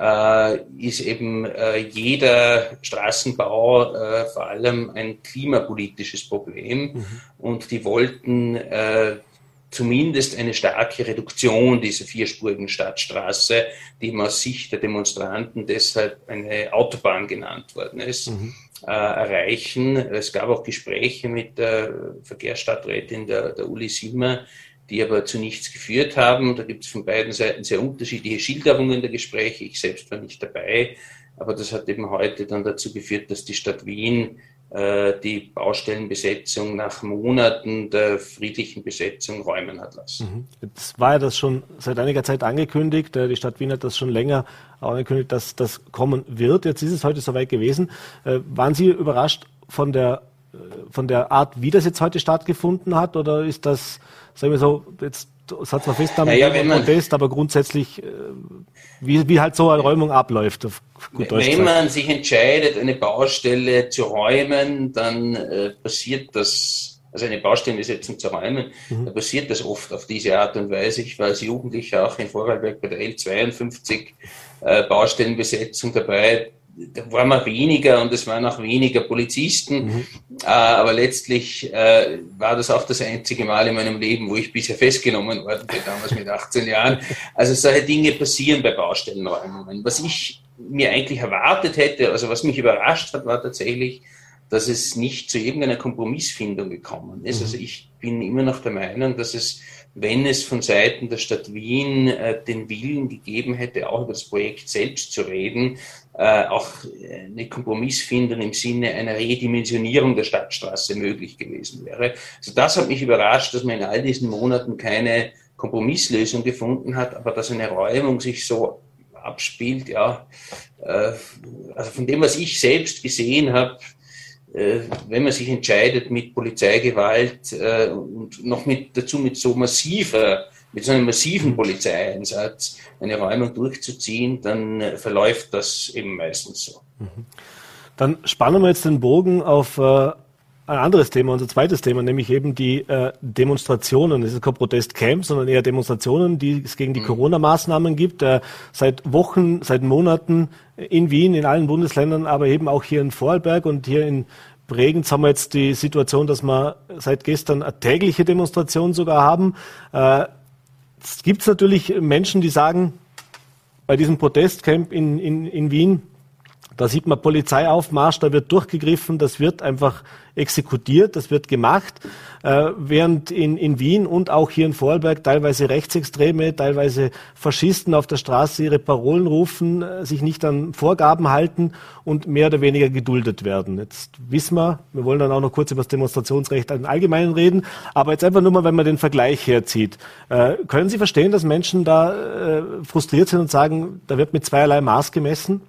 äh, ist eben äh, jeder Straßenbau äh, vor allem ein klimapolitisches Problem. Mhm. Und die wollten äh, zumindest eine starke Reduktion dieser vierspurigen Stadtstraße, die eben aus Sicht der Demonstranten deshalb eine Autobahn genannt worden ist, mhm. äh, erreichen. Es gab auch Gespräche mit der Verkehrsstadträtin der, der Uli Simmer, die aber zu nichts geführt haben. Da gibt es von beiden Seiten sehr unterschiedliche Schilderungen der Gespräche. Ich selbst war nicht dabei, aber das hat eben heute dann dazu geführt, dass die Stadt Wien die Baustellenbesetzung nach Monaten der friedlichen Besetzung räumen hat lassen. Jetzt war ja das schon seit einiger Zeit angekündigt. Die Stadt Wien hat das schon länger angekündigt, dass das kommen wird. Jetzt ist es heute soweit gewesen. Waren Sie überrascht von der, von der Art, wie das jetzt heute stattgefunden hat? Oder ist das, sagen wir so, jetzt hat zwar Festnahme naja, und Protest, aber grundsätzlich, wie, wie halt so eine Räumung abläuft. Auf gut Deutsch wenn man sich entscheidet, eine Baustelle zu räumen, dann äh, passiert das, also eine Baustellenbesetzung zu räumen, mhm. dann passiert das oft auf diese Art und Weise. Ich war als Jugendlicher auch in Vorarlberg bei der L zweiundfünfzig äh, Baustellenbesetzung dabei. Da waren wir weniger und es waren auch weniger Polizisten, mhm. äh, aber letztlich äh, war das auch das einzige Mal in meinem Leben, wo ich bisher festgenommen worden bin, damals mit achtzehn Jahren. Also solche Dinge passieren bei Baustellenräumungen. Was ich mir eigentlich erwartet hätte, also was mich überrascht hat, war tatsächlich, dass es nicht zu irgendeiner Kompromissfindung gekommen ist. Mhm. Also ich bin immer noch der Meinung, dass es, wenn es von Seiten der Stadt Wien äh, den Willen gegeben hätte, auch über das Projekt selbst zu reden, äh, auch eine Kompromissfindung im Sinne einer Redimensionierung der Stadtstraße möglich gewesen wäre. Also das hat mich überrascht, dass man in all diesen Monaten keine Kompromisslösung gefunden hat, aber dass eine Räumung sich so abspielt, ja, äh, also von dem, was ich selbst gesehen habe, äh, wenn man sich entscheidet, mit Polizeigewalt äh, und noch mit dazu mit so massiver, mit so einem massiven Polizeieinsatz eine Räumung durchzuziehen, dann äh, verläuft das eben meistens so. Dann spannen wir jetzt den Bogen auf äh ein anderes Thema, unser zweites Thema, nämlich eben die äh, Demonstrationen. Es ist kein Protestcamp, sondern eher Demonstrationen, die es gegen die mhm. Corona-Maßnahmen gibt. Äh, seit Wochen, seit Monaten in Wien, in allen Bundesländern, aber eben auch hier in Vorarlberg und hier in Bregenz haben wir jetzt die Situation, dass wir seit gestern eine tägliche Demonstration sogar haben. Äh, es gibt natürlich Menschen, die sagen, bei diesem Protestcamp in, in, in Wien, da sieht man Polizeiaufmarsch, da wird durchgegriffen, das wird einfach exekutiert, das wird gemacht, äh, während in, in Wien und auch hier in Vorarlberg teilweise Rechtsextreme, teilweise Faschisten auf der Straße ihre Parolen rufen, äh, sich nicht an Vorgaben halten und mehr oder weniger geduldet werden. Jetzt wissen wir, wir wollen dann auch noch kurz über das Demonstrationsrecht im Allgemeinen reden, aber jetzt einfach nur mal, wenn man den Vergleich herzieht. Äh, können Sie verstehen, dass Menschen da äh, frustriert sind und sagen, da wird mit zweierlei Maß gemessen?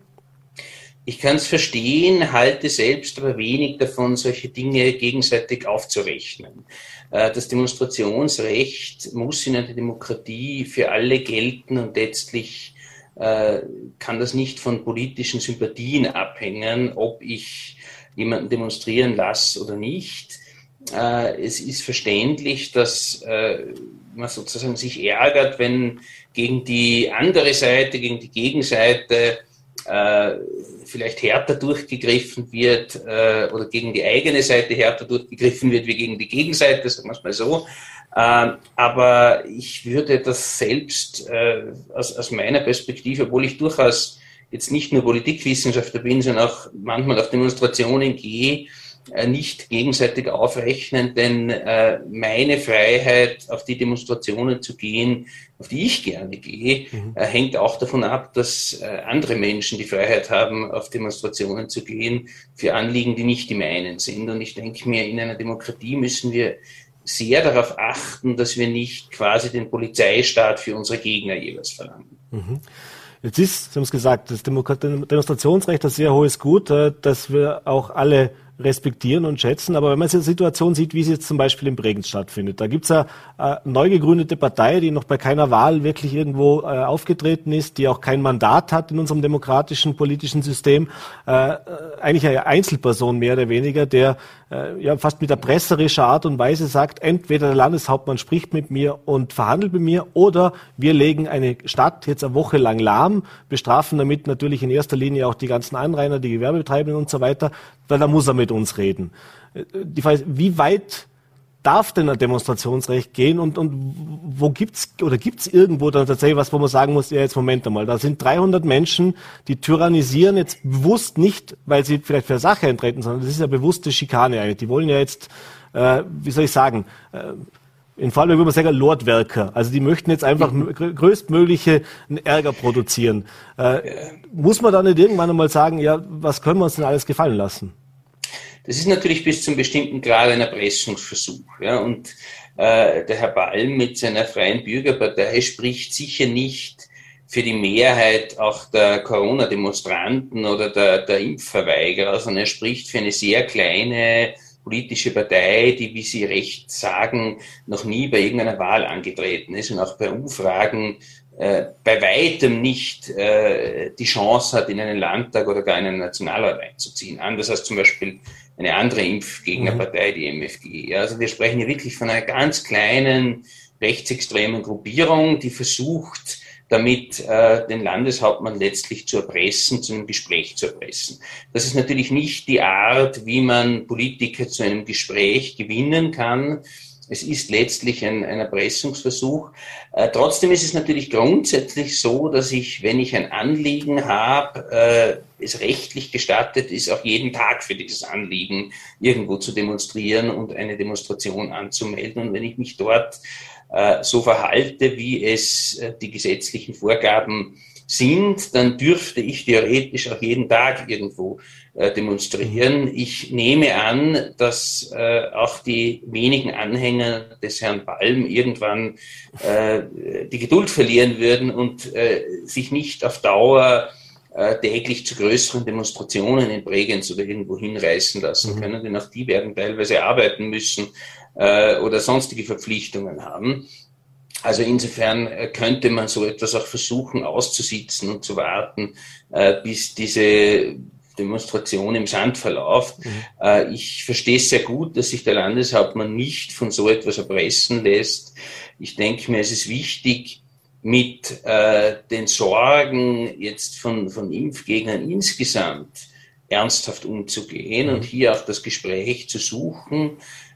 Ich kann es verstehen, halte selbst aber wenig davon, solche Dinge gegenseitig aufzurechnen. Das Demonstrationsrecht muss in einer Demokratie für alle gelten und letztlich äh, kann das nicht von politischen Sympathien abhängen, ob ich jemanden demonstrieren lasse oder nicht. Äh, es ist verständlich, dass äh, man sozusagen sich ärgert, wenn gegen die andere Seite, gegen die Gegenseite äh, vielleicht härter durchgegriffen wird äh, oder gegen die eigene Seite härter durchgegriffen wird wie gegen die Gegenseite, sagen wir es mal so. Äh, aber ich würde das selbst äh, aus, aus meiner Perspektive, obwohl ich durchaus jetzt nicht nur Politikwissenschaftler bin, sondern auch manchmal auf Demonstrationen gehe, nicht gegenseitig aufrechnen, denn äh, meine Freiheit, auf die Demonstrationen zu gehen, auf die ich gerne gehe, mhm. äh, hängt auch davon ab, dass äh, andere Menschen die Freiheit haben, auf Demonstrationen zu gehen für Anliegen, die nicht die meinen sind. Und ich denke mir, in einer Demokratie müssen wir sehr darauf achten, dass wir nicht quasi den Polizeistaat für unsere Gegner jeweils verlangen. Mhm. Jetzt ist, Sie haben es gesagt, das Demonstrationsrecht ein sehr hohes Gut, das wir auch alle respektieren und schätzen. Aber wenn man so eine Situation sieht, wie sie jetzt zum Beispiel in Bregenz stattfindet, da gibt es eine, eine neu gegründete Partei, die noch bei keiner Wahl wirklich irgendwo äh, aufgetreten ist, die auch kein Mandat hat in unserem demokratischen politischen System. Äh, eigentlich eine Einzelperson mehr oder weniger, der äh, ja fast mit erpresserischer Art und Weise sagt, entweder der Landeshauptmann spricht mit mir und verhandelt mit mir oder wir legen eine Stadt jetzt eine Woche lang lahm, bestrafen damit natürlich in erster Linie auch die ganzen Anrainer, die Gewerbetreibenden und so weiter, weil da muss er mit uns reden. Die Frage ist, wie weit darf denn ein Demonstrationsrecht gehen und, und wo gibt's oder gibt's irgendwo dann tatsächlich was, wo man sagen muss, ja jetzt Moment einmal, da sind dreihundert Menschen, die tyrannisieren jetzt bewusst nicht, weil sie vielleicht für eine Sache eintreten, sondern das ist ja bewusste Schikane eigentlich. Die wollen ja jetzt, äh, wie soll ich sagen, äh, in Vorarlberg würde man sagen, Lordwerker. Also die möchten jetzt einfach größtmögliche Ärger produzieren. Äh, muss man dann nicht irgendwann einmal sagen, ja, was können wir uns denn alles gefallen lassen? Das ist natürlich bis zum bestimmten Grad ein Erpressungsversuch. Ja? Und äh, der Herr Balm mit seiner Freien Bürgerpartei spricht sicher nicht für die Mehrheit auch der Corona-Demonstranten oder der, der Impfverweigerer, sondern er spricht für eine sehr kleine politische Partei, die, wie Sie recht sagen, noch nie bei irgendeiner Wahl angetreten ist und auch bei Umfragen äh, bei weitem nicht äh, die Chance hat, in einen Landtag oder gar einen Nationalrat einzuziehen. Anders als zum Beispiel eine andere Impfgegnerpartei, die M F G. Also wir sprechen hier wirklich von einer ganz kleinen rechtsextremen Gruppierung, die versucht, damit äh, den Landeshauptmann letztlich zu erpressen, zu einem Gespräch zu erpressen. Das ist natürlich nicht die Art, wie man Politiker zu einem Gespräch gewinnen kann. Es ist letztlich ein, ein Erpressungsversuch. Äh, trotzdem ist es natürlich grundsätzlich so, dass ich, wenn ich ein Anliegen habe, äh, es rechtlich gestattet ist, auch jeden Tag für dieses Anliegen irgendwo zu demonstrieren und eine Demonstration anzumelden. Und wenn ich mich dort äh, so verhalte, wie es äh, die gesetzlichen Vorgaben sind, dann dürfte ich theoretisch auch jeden Tag irgendwo äh, demonstrieren. Ich nehme an, dass äh, auch die wenigen Anhänger des Herrn Balm irgendwann äh, die Geduld verlieren würden und äh, sich nicht auf Dauer äh, täglich zu größeren Demonstrationen in Bregenz oder irgendwo hinreißen lassen mhm. können, denn auch die werden teilweise arbeiten müssen äh, oder sonstige Verpflichtungen haben. Also insofern könnte man so etwas auch versuchen auszusitzen und zu warten, äh, bis diese Demonstration im Sand verläuft. Mhm. Äh, ich verstehe es sehr gut, dass sich der Landeshauptmann nicht von so etwas erpressen lässt. Ich denke mir, es ist wichtig, mit äh, den Sorgen jetzt von, von Impfgegnern insgesamt ernsthaft umzugehen mhm. und hier auch das Gespräch zu suchen,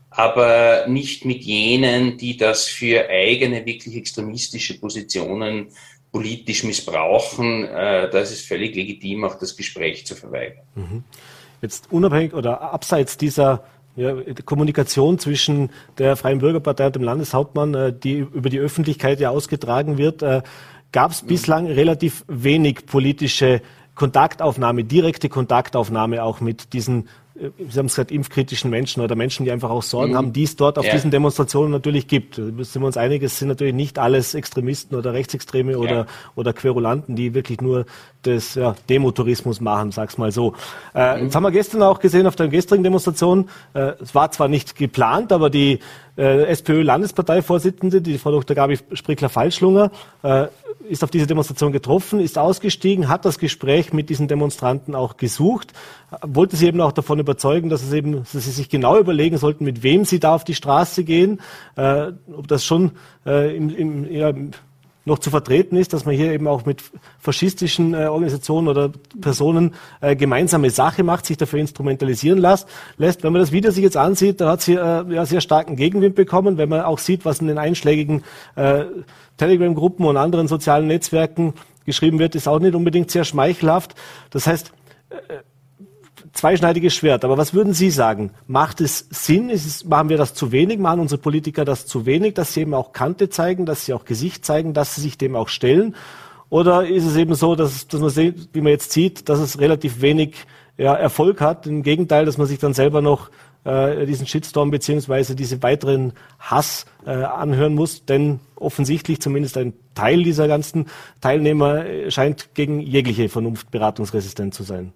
aber nicht mit jenen, die das für eigene, wirklich extremistische Positionen politisch missbrauchen. Äh, da ist es völlig legitim, auch das Gespräch zu verweigern. Mhm. Jetzt unabhängig oder abseits dieser ja, Kommunikation zwischen der Freien Bürgerpartei und dem Landeshauptmann, äh, die über die Öffentlichkeit ja ausgetragen wird, äh, gab es bislang mhm. relativ wenig politische Kontaktaufnahme, direkte Kontaktaufnahme auch mit diesen Sie haben es gesagt, impfkritischen Menschen oder Menschen, die einfach auch Sorgen mhm. haben, die es dort auf ja. diesen Demonstrationen natürlich gibt. Da sind wir uns einig, es sind natürlich nicht alles Extremisten oder Rechtsextreme oder, ja. oder Querulanten, die wirklich nur das ja, Demotourismus machen, sag's mal so. Äh, mhm. Jetzt haben wir gestern auch gesehen auf der gestrigen Demonstration, äh, es war zwar nicht geplant, aber die äh, SPÖ-Landesparteivorsitzende, die Frau Doktor Gabi Sprickler-Falschlunger, äh, ist auf diese Demonstration getroffen, ist ausgestiegen, hat das Gespräch mit diesen Demonstranten auch gesucht, wollte sie eben auch davon überzeugen, dass es eben, dass sie sich genau überlegen sollten, mit wem sie da auf die Straße gehen, äh, ob das schon äh, im, im, ja, noch zu vertreten ist, dass man hier eben auch mit faschistischen äh, Organisationen oder Personen äh, gemeinsame Sache macht, sich dafür instrumentalisieren lässt. lässt. Wenn man das Video sich jetzt ansieht, dann hat sie äh, ja, sehr starken Gegenwind bekommen, wenn man auch sieht, was in den einschlägigen äh, Telegram-Gruppen und anderen sozialen Netzwerken geschrieben wird, ist auch nicht unbedingt sehr schmeichelhaft. Das heißt, äh, zweischneidiges Schwert. Aber was würden Sie sagen? Macht es Sinn? Ist es, machen wir das zu wenig? Machen unsere Politiker das zu wenig, dass sie eben auch Kante zeigen, dass sie auch Gesicht zeigen, dass sie sich dem auch stellen? Oder ist es eben so, dass, dass man sieht, wie man jetzt sieht, dass es relativ wenig ja, Erfolg hat? Im Gegenteil, dass man sich dann selber noch äh, diesen Shitstorm beziehungsweise diese weiteren Hass äh, anhören muss, denn offensichtlich zumindest ein Teil dieser ganzen Teilnehmer scheint gegen jegliche Vernunft beratungsresistent zu sein.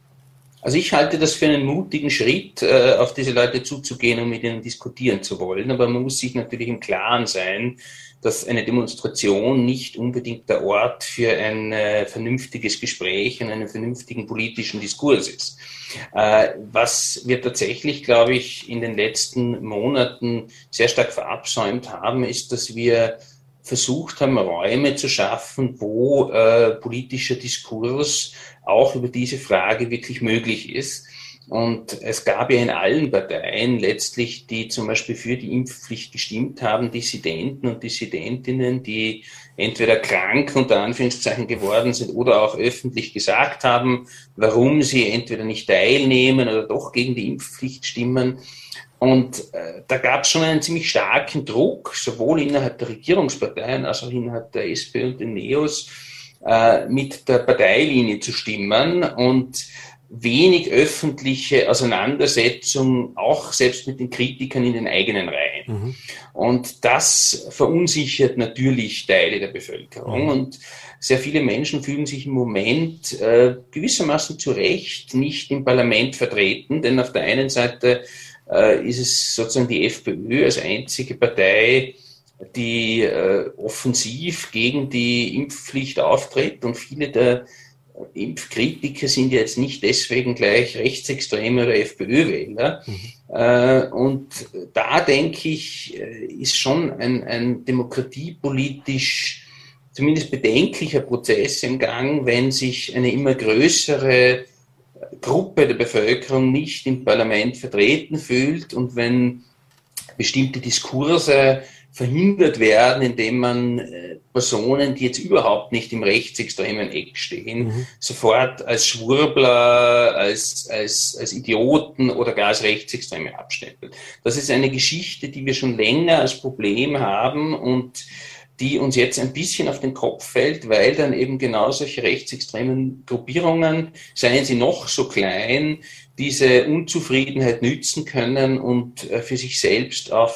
Also ich halte das für einen mutigen Schritt, äh, auf diese Leute zuzugehen und mit ihnen diskutieren zu wollen. Aber man muss sich natürlich im Klaren sein, dass eine Demonstration nicht unbedingt der Ort für ein äh, vernünftiges Gespräch und einen vernünftigen politischen Diskurs ist. Äh, was wir tatsächlich, glaube ich, in den letzten Monaten sehr stark verabsäumt haben, ist, dass wir versucht haben, Räume zu schaffen, wo äh, politischer Diskurs auch über diese Frage wirklich möglich ist. Und es gab ja in allen Parteien letztlich, die zum Beispiel für die Impfpflicht gestimmt haben, Dissidenten und Dissidentinnen, die entweder krank unter Anführungszeichen geworden sind oder auch öffentlich gesagt haben, warum sie entweder nicht teilnehmen oder doch gegen die Impfpflicht stimmen. Und äh, da gab es schon einen ziemlich starken Druck, sowohl innerhalb der Regierungsparteien als auch innerhalb der SPÖ und den Neos, äh, mit der Parteilinie zu stimmen und wenig öffentliche Auseinandersetzung, auch selbst mit den Kritikern in den eigenen Reihen. Mhm. Und das verunsichert natürlich Teile der Bevölkerung. Mhm. Und sehr viele Menschen fühlen sich im Moment äh, gewissermaßen zu Recht nicht im Parlament vertreten, denn auf der einen Seite äh, ist es sozusagen die FPÖ als einzige Partei, die äh, offensiv gegen die Impfpflicht auftritt, und viele der Impfkritiker sind ja jetzt nicht deswegen gleich Rechtsextreme oder FPÖ-Wähler. Mhm. Äh, und da, denke ich, ist schon ein, ein demokratiepolitisch zumindest bedenklicher Prozess im Gang, wenn sich eine immer größere Gruppe der Bevölkerung nicht im Parlament vertreten fühlt und wenn bestimmte Diskurse verhindert werden, indem man äh, Personen, die jetzt überhaupt nicht im rechtsextremen Eck stehen, mhm. sofort als Schwurbler, als, als, als Idioten oder gar als Rechtsextreme abstempelt. Das ist eine Geschichte, die wir schon länger als Problem haben und die uns jetzt ein bisschen auf den Kopf fällt, weil dann eben genau solche rechtsextremen Gruppierungen, seien sie noch so klein, diese Unzufriedenheit nützen können und äh, für sich selbst auch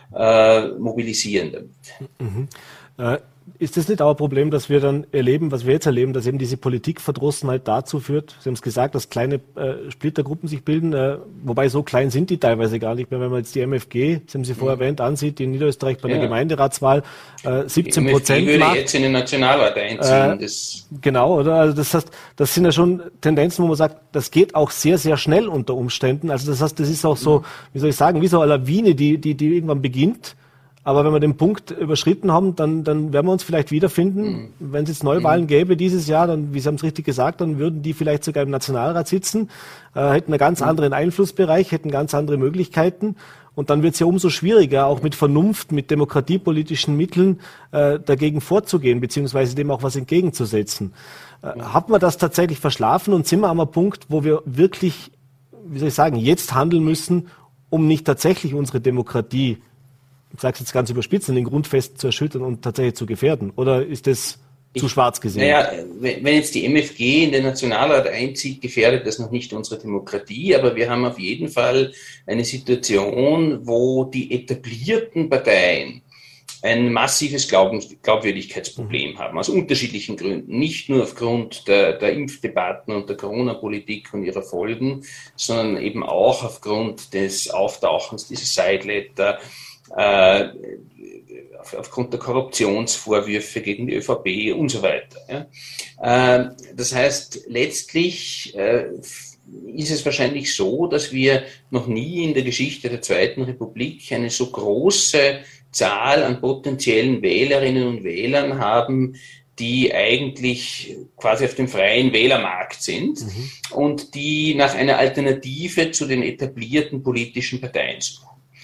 Äh, mobilisieren damit. Mhm. Äh, ist das nicht auch ein Problem, dass wir dann erleben, was wir jetzt erleben, dass eben diese Politikverdrossenheit dazu führt, Sie haben es gesagt, dass kleine äh, Splittergruppen sich bilden, äh, wobei so klein sind die teilweise gar nicht mehr, wenn man jetzt die M F G, das haben Sie vorher mhm. erwähnt, ansieht, die in Niederösterreich bei der ja. Gemeinderatswahl äh, siebzehn Prozent würde macht. jetzt in den Nationalrat einziehen. Äh, das genau, oder? Also das heißt, das sind ja schon Tendenzen, wo man sagt, das geht auch sehr, sehr schnell unter Umständen. Also das heißt, das ist auch so, wie soll ich sagen, wie so eine Lawine, die, die, die irgendwann beginnt. Aber wenn wir den Punkt überschritten haben, dann, dann werden wir uns vielleicht wiederfinden. Mhm. Wenn es jetzt Neuwahlen mhm. gäbe dieses Jahr, dann, wie Sie haben es richtig gesagt, dann würden die vielleicht sogar im Nationalrat sitzen, äh, hätten einen ganz mhm. anderen Einflussbereich, hätten ganz andere Möglichkeiten. Und dann wird es ja umso schwieriger, auch mit Vernunft, mit demokratiepolitischen Mitteln äh, dagegen vorzugehen, beziehungsweise dem auch was entgegenzusetzen. Äh, mhm. Hat man das tatsächlich verschlafen und sind wir an einem Punkt, wo wir wirklich, wie soll ich sagen, jetzt handeln müssen, um nicht tatsächlich unsere Demokratie, ich sage es jetzt ganz überspitzt, in den Grundfesten zu erschüttern und tatsächlich zu gefährden? Oder ist das zu schwarz gesehen? Naja, wenn jetzt die M F G in den Nationalrat einzieht, gefährdet das noch nicht unsere Demokratie, aber wir haben auf jeden Fall eine Situation, wo die etablierten Parteien ein massives Glaubens- Glaubwürdigkeitsproblem haben, aus unterschiedlichen Gründen. Nicht nur aufgrund der, der Impfdebatten und der Corona-Politik und ihrer Folgen, sondern eben auch aufgrund des Auftauchens dieser Sideletter, äh, aufgrund der Korruptionsvorwürfe gegen die ÖVP und so weiter. Ja. Äh, das heißt, letztlich äh, ist es wahrscheinlich so, dass wir noch nie in der Geschichte der Zweiten Republik eine so große Zahl an potenziellen Wählerinnen und Wählern haben, die eigentlich quasi auf dem freien Wählermarkt sind mhm. und die nach einer Alternative zu den etablierten politischen Parteien suchen.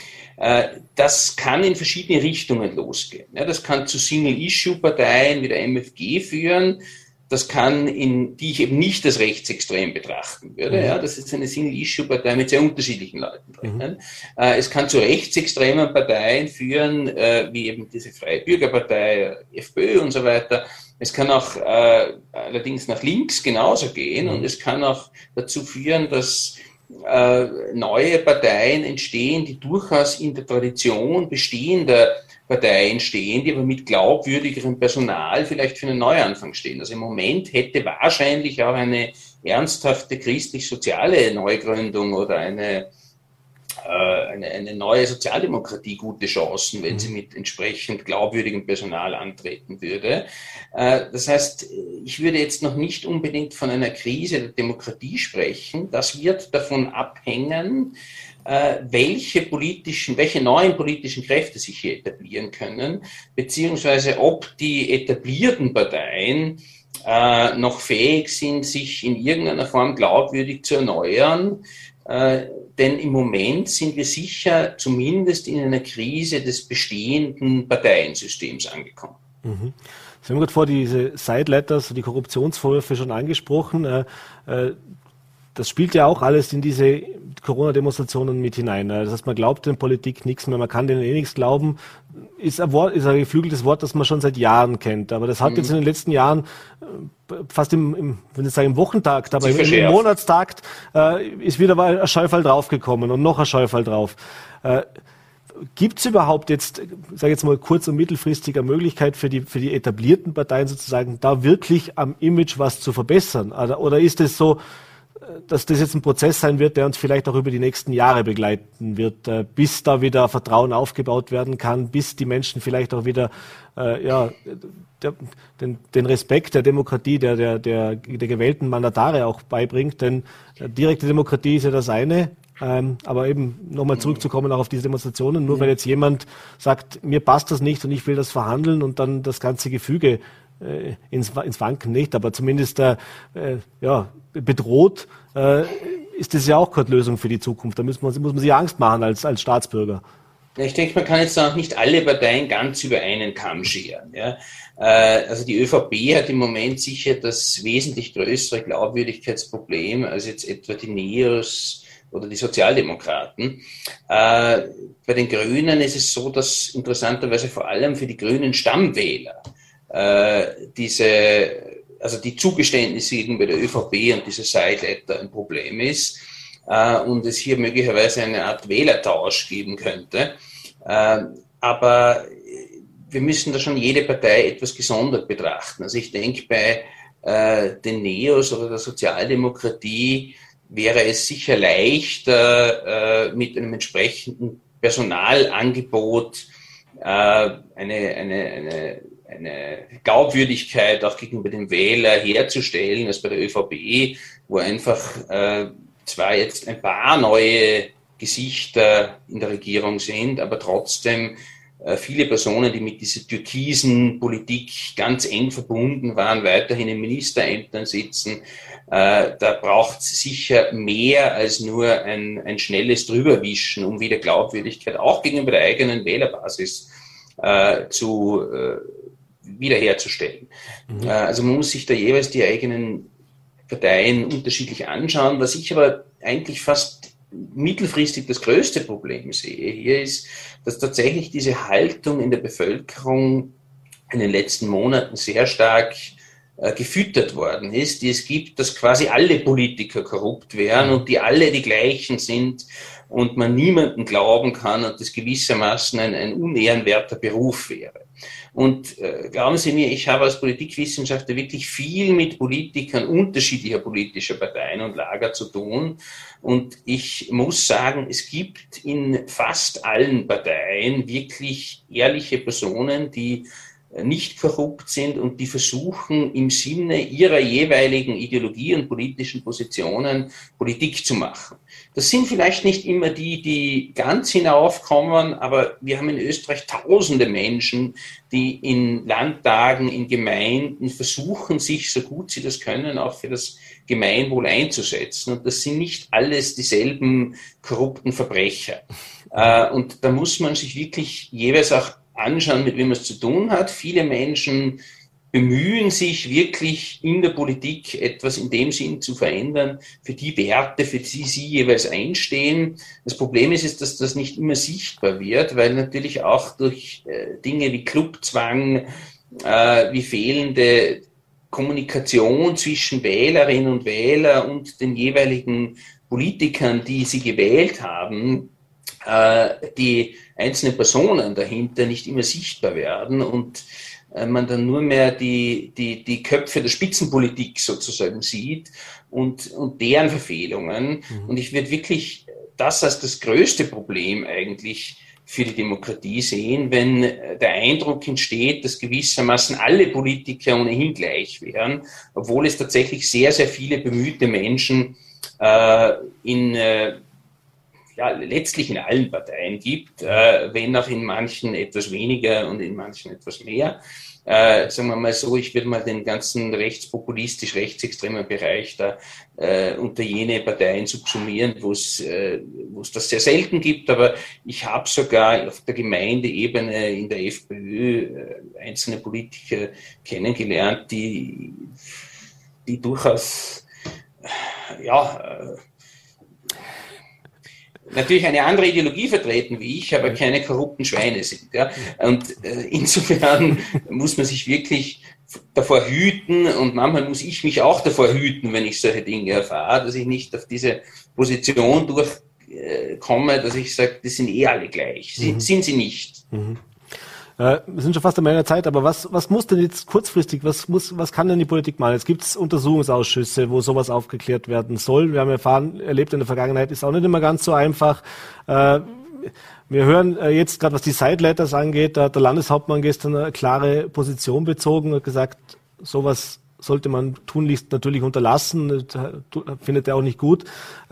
Das kann in verschiedene Richtungen losgehen. Das kann zu Single-Issue-Parteien wie der M F G führen. Das kann in, die ich eben nicht als rechtsextrem betrachten würde. Mhm. Ja, das ist eine Single-Issue-Partei mit sehr unterschiedlichen Leuten drin. Mhm. Es kann zu rechtsextremen Parteien führen, wie eben diese Freie Bürgerpartei, FPÖ und so weiter. Es kann auch äh, allerdings nach links genauso gehen mhm. und es kann auch dazu führen, dass äh, neue Parteien entstehen, die durchaus in der Tradition bestehender Parteien stehen, die aber mit glaubwürdigerem Personal vielleicht für einen Neuanfang stehen. Also im Moment hätte wahrscheinlich auch eine ernsthafte christlich-soziale Neugründung oder eine, äh, eine, eine neue Sozialdemokratie gute Chancen, wenn sie mit entsprechend glaubwürdigem Personal antreten würde. Äh, das heißt, ich würde jetzt noch nicht unbedingt von einer Krise der Demokratie sprechen. Das wird davon abhängen, welche politischen, welche neuen politischen Kräfte sich hier etablieren können, beziehungsweise ob die etablierten Parteien äh, noch fähig sind, sich in irgendeiner Form glaubwürdig zu erneuern. Äh, denn im Moment sind wir sicher zumindest in einer Krise des bestehenden Parteiensystems angekommen. Mhm. Sie haben gerade vor diese Side-Letters, die Korruptionsvorwürfe schon angesprochen. Äh, äh, Das spielt ja auch alles in diese Corona-Demonstrationen mit hinein. Das heißt, man glaubt in Politik nichts mehr, man kann denen eh nichts glauben. Ist ein Wort, ist ein geflügeltes Wort, das man schon seit Jahren kennt. Aber das hat mhm. jetzt in den letzten Jahren fast im, im wenn ich sage, im Wochentakt, aber im, im Monatstakt äh, ist wieder mal ein Scheufall draufgekommen und noch ein Scheufall drauf. Äh, Gibt es überhaupt jetzt, sage jetzt mal kurz- und mittelfristiger Möglichkeit für die für die etablierten Parteien sozusagen, da wirklich am Image was zu verbessern? Oder, oder ist es so, dass das jetzt ein Prozess sein wird, der uns vielleicht auch über die nächsten Jahre begleiten wird, bis da wieder Vertrauen aufgebaut werden kann, bis die Menschen vielleicht auch wieder äh, ja, der, den, den Respekt der Demokratie, der, der, der, der gewählten Mandatare auch beibringt. Denn direkte Demokratie ist ja das eine, ähm, aber eben nochmal zurückzukommen auch auf diese Demonstrationen, nur weil jetzt jemand sagt, mir passt das nicht und ich will das verhandeln und dann das ganze Gefüge Ins, ins Wanken nicht, aber zumindest äh, ja, bedroht, äh, ist das ja auch keine Lösung für die Zukunft. Da muss man, muss man sich Angst machen als, als Staatsbürger. Ich denke, man kann jetzt auch nicht alle Parteien ganz über einen Kamm scheren. Ja. Äh, also die ÖVP hat im Moment sicher das wesentlich größere Glaubwürdigkeitsproblem als jetzt etwa die Neos oder die Sozialdemokraten. Äh, bei den Grünen ist es so, dass interessanterweise vor allem für die grünen Stammwähler diese, also die Zugeständnisse gegenüber der ÖVP und dieser Sideletter ein Problem ist äh, und es hier möglicherweise eine Art Wählertausch geben könnte. Äh, aber wir müssen da schon jede Partei etwas gesondert betrachten. Also ich denke, bei äh, den Neos oder der Sozialdemokratie wäre es sicher leichter, äh, mit einem entsprechenden Personalangebot äh, eine, eine, eine eine Glaubwürdigkeit auch gegenüber dem Wähler herzustellen, als bei der ÖVP, wo einfach äh, zwar jetzt ein paar neue Gesichter in der Regierung sind, aber trotzdem äh, viele Personen, die mit dieser türkisen Politik ganz eng verbunden waren, weiterhin in Ministerämtern sitzen. Äh, da braucht es sicher mehr als nur ein, ein schnelles Drüberwischen, um wieder Glaubwürdigkeit auch gegenüber der eigenen Wählerbasis äh, zu äh, wiederherzustellen. Mhm. Also man muss sich da jeweils die eigenen Parteien unterschiedlich anschauen. Was ich aber eigentlich fast mittelfristig das größte Problem sehe hier ist, dass tatsächlich diese Haltung in der Bevölkerung in den letzten Monaten sehr stark äh, gefüttert worden ist, die es gibt, dass quasi alle Politiker korrupt wären und die alle die gleichen sind und man niemanden glauben kann und das gewissermaßen ein, ein unehrenwerter Beruf wäre. Und äh, glauben Sie mir, ich habe als Politikwissenschaftler wirklich viel mit Politikern unterschiedlicher politischer Parteien und Lager zu tun. Und ich muss sagen, es gibt in fast allen Parteien wirklich ehrliche Personen, die nicht korrupt sind und die versuchen, im Sinne ihrer jeweiligen Ideologie und politischen Positionen Politik zu machen. Das sind vielleicht nicht immer die, die ganz hinaufkommen, aber wir haben in Österreich tausende Menschen, die in Landtagen, in Gemeinden versuchen, sich so gut sie das können, auch für das Gemeinwohl einzusetzen. Und das sind nicht alles dieselben korrupten Verbrecher. Und da muss man sich wirklich jeweils auch anschauen, mit wem man es zu tun hat. Viele Menschen bemühen sich wirklich in der Politik etwas in dem Sinn zu verändern, für die Werte, für die sie jeweils einstehen. Das Problem ist, ist, dass das nicht immer sichtbar wird, weil natürlich auch durch äh, Dinge wie Clubzwang, äh, wie fehlende Kommunikation zwischen Wählerinnen und Wählern und den jeweiligen Politikern, die sie gewählt haben, äh, die einzelnen Personen dahinter nicht immer sichtbar werden und man dann nur mehr die, die, die Köpfe der Spitzenpolitik sozusagen sieht und, und deren Verfehlungen. Mhm. Und ich würde wirklich das als das größte Problem eigentlich für die Demokratie sehen, wenn der Eindruck entsteht, dass gewissermaßen alle Politiker ohnehin gleich wären, obwohl es tatsächlich sehr, sehr viele bemühte Menschen äh, in äh, ja, letztlich in allen Parteien gibt, äh, wenn auch in manchen etwas weniger und in manchen etwas mehr. Äh, sagen wir mal so, ich würde mal den ganzen rechtspopulistisch-rechtsextremen Bereich da äh, unter jene Parteien subsumieren, wo es äh, wo es das sehr selten gibt, aber ich habe sogar auf der Gemeindeebene in der FPÖ äh, einzelne Politiker kennengelernt, die, die durchaus äh, ja äh, natürlich eine andere Ideologie vertreten wie ich, aber keine korrupten Schweine sind. Ja? Und äh, insofern muss man sich wirklich davor hüten und manchmal muss ich mich auch davor hüten, wenn ich solche Dinge erfahre, dass ich nicht auf diese Position durchkomme, äh, dass ich sage, das sind eh alle gleich. Sie, mhm. Sind sie nicht. Mhm. Wir sind schon fast am Ende der Zeit, aber was, was muss denn jetzt kurzfristig, was muss, was kann denn die Politik machen? Jetzt gibt es Untersuchungsausschüsse, wo sowas aufgeklärt werden soll. Wir haben erfahren, erlebt in der Vergangenheit, ist auch nicht immer ganz so einfach. Wir hören jetzt gerade, was die Side Letters angeht, da hat der Landeshauptmann gestern eine klare Position bezogen und gesagt, sowas sollte man tunlichst natürlich unterlassen, findet er auch nicht gut.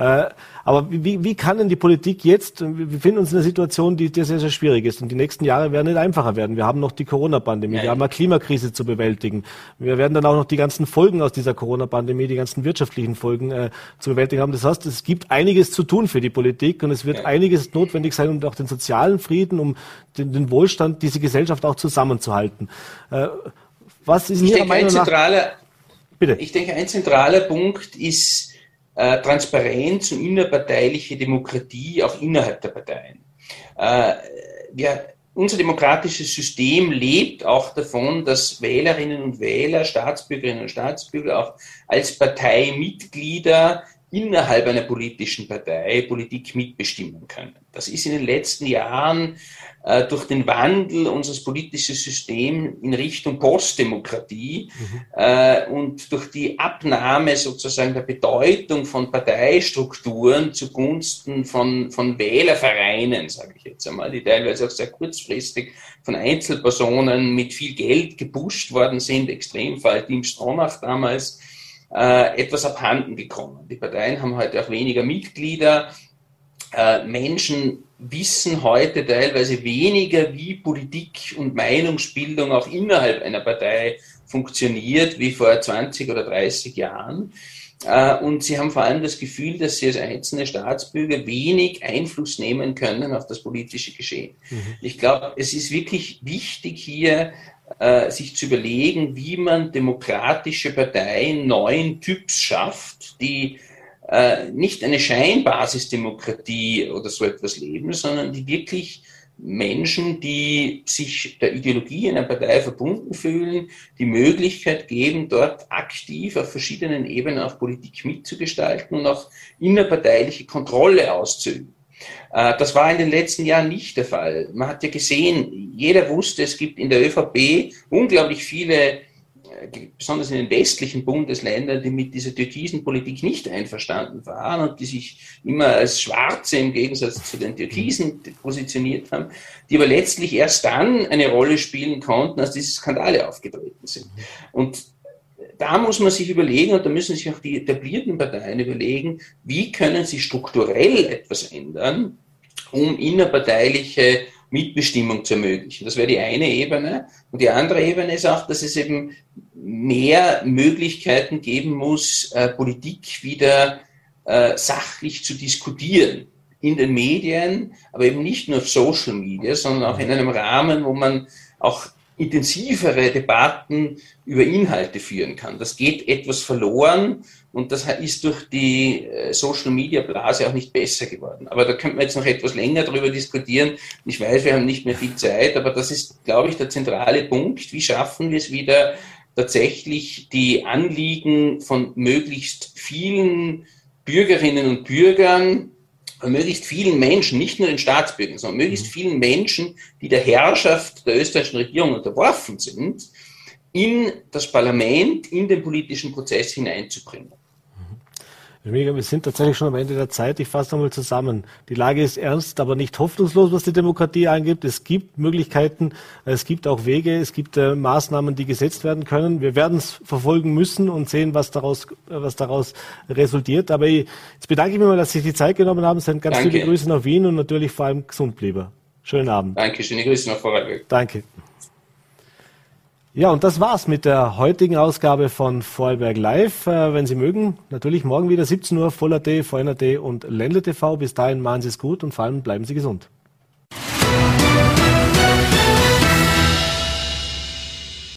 Aber wie, wie kann denn die Politik jetzt, wir befinden uns in einer Situation, die, die sehr, sehr schwierig ist und die nächsten Jahre werden nicht einfacher werden. Wir haben noch die Corona-Pandemie, ja, wir haben eine Klimakrise zu bewältigen. Wir werden dann auch noch die ganzen Folgen aus dieser Corona-Pandemie, die ganzen wirtschaftlichen Folgen äh, zu bewältigen haben. Das heißt, es gibt einiges zu tun für die Politik und es wird ja. einiges notwendig sein, um auch den sozialen Frieden, um den, den Wohlstand dieser Gesellschaft auch zusammenzuhalten. Äh, Was ist in Ihrer Meinung nach? Bitte. Ich denke, ein zentraler Punkt ist äh, Transparenz und innerparteiliche Demokratie auch innerhalb der Parteien. Äh, wir, unser demokratisches System lebt auch davon, dass Wählerinnen und Wähler, Staatsbürgerinnen und Staatsbürger auch als Parteimitglieder innerhalb einer politischen Partei Politik mitbestimmen können. Das ist in den letzten Jahren äh, durch den Wandel unseres politischen Systems in Richtung Postdemokratie mhm. äh, und durch die Abnahme sozusagen der Bedeutung von Parteistrukturen zugunsten von, von Wählervereinen, sage ich jetzt einmal, die teilweise auch sehr kurzfristig von Einzelpersonen mit viel Geld gepusht worden sind, Extremfall Team Stronach damals, etwas abhanden gekommen. Die Parteien haben heute auch weniger Mitglieder. Menschen wissen heute teilweise weniger, wie Politik und Meinungsbildung auch innerhalb einer Partei funktioniert, wie vor zwanzig oder dreißig Jahren. Und sie haben vor allem das Gefühl, dass sie als einzelne Staatsbürger wenig Einfluss nehmen können auf das politische Geschehen. Mhm. Ich glaube, es ist wirklich wichtig, hier sich zu überlegen, wie man demokratische Parteien neuen Typs schafft, die äh, nicht eine Scheinbasisdemokratie oder so etwas leben, sondern die wirklich Menschen, die sich der Ideologie einer Partei verbunden fühlen, die Möglichkeit geben, dort aktiv auf verschiedenen Ebenen auch Politik mitzugestalten und auch innerparteiliche Kontrolle auszuüben. Das war in den letzten Jahren nicht der Fall. Man hat ja gesehen, jeder wusste, es gibt in der ÖVP unglaublich viele, besonders in den westlichen Bundesländern, die mit dieser türkisen Politik nicht einverstanden waren und die sich immer als Schwarze im Gegensatz zu den Türkisen positioniert haben, die aber letztlich erst dann eine Rolle spielen konnten, als diese Skandale aufgetreten sind. Und da muss man sich überlegen, und da müssen sich auch die etablierten Parteien überlegen, wie können sie strukturell etwas ändern, um innerparteiliche Mitbestimmung zu ermöglichen. Das wäre die eine Ebene. Und die andere Ebene ist auch, dass es eben mehr Möglichkeiten geben muss, äh, Politik wieder äh, sachlich zu diskutieren. In den Medien, aber eben nicht nur auf Social Media, sondern auch in einem Rahmen, wo man auch intensivere Debatten über Inhalte führen kann. Das geht etwas verloren und das ist durch die Social-Media-Blase auch nicht besser geworden. Aber da könnte man jetzt noch etwas länger darüber diskutieren. Ich weiß, wir haben nicht mehr viel Zeit, aber das ist, glaube ich, der zentrale Punkt. Wie schaffen wir es wieder, tatsächlich die Anliegen von möglichst vielen Bürgerinnen und Bürgern, möglichst vielen Menschen, nicht nur den Staatsbürgern, sondern möglichst vielen Menschen, die der Herrschaft der österreichischen Regierung unterworfen sind, in das Parlament, in den politischen Prozess hineinzubringen. Wir sind tatsächlich schon am Ende der Zeit. Ich fasse nochmal zusammen. Die Lage ist ernst, aber nicht hoffnungslos, was die Demokratie angeht. Es gibt Möglichkeiten, es gibt auch Wege, es gibt äh, Maßnahmen, die gesetzt werden können. Wir werden es verfolgen müssen und sehen, was daraus, was daraus resultiert. Aber ich, jetzt bedanke ich mich mal, dass Sie sich die Zeit genommen haben. Es sind ganz Danke. viele Grüße nach Wien und natürlich vor allem gesund bleiben. Schönen Abend. Danke, schöne Grüße nach Vorarlberg. Danke. Ja, und das war's mit der heutigen Ausgabe von Vorarlberg Live. Äh, wenn Sie mögen, natürlich morgen wieder siebzehn Uhr, Voll.at, V N A T und Ländle T V. Bis dahin machen Sie es gut und vor allem bleiben Sie gesund.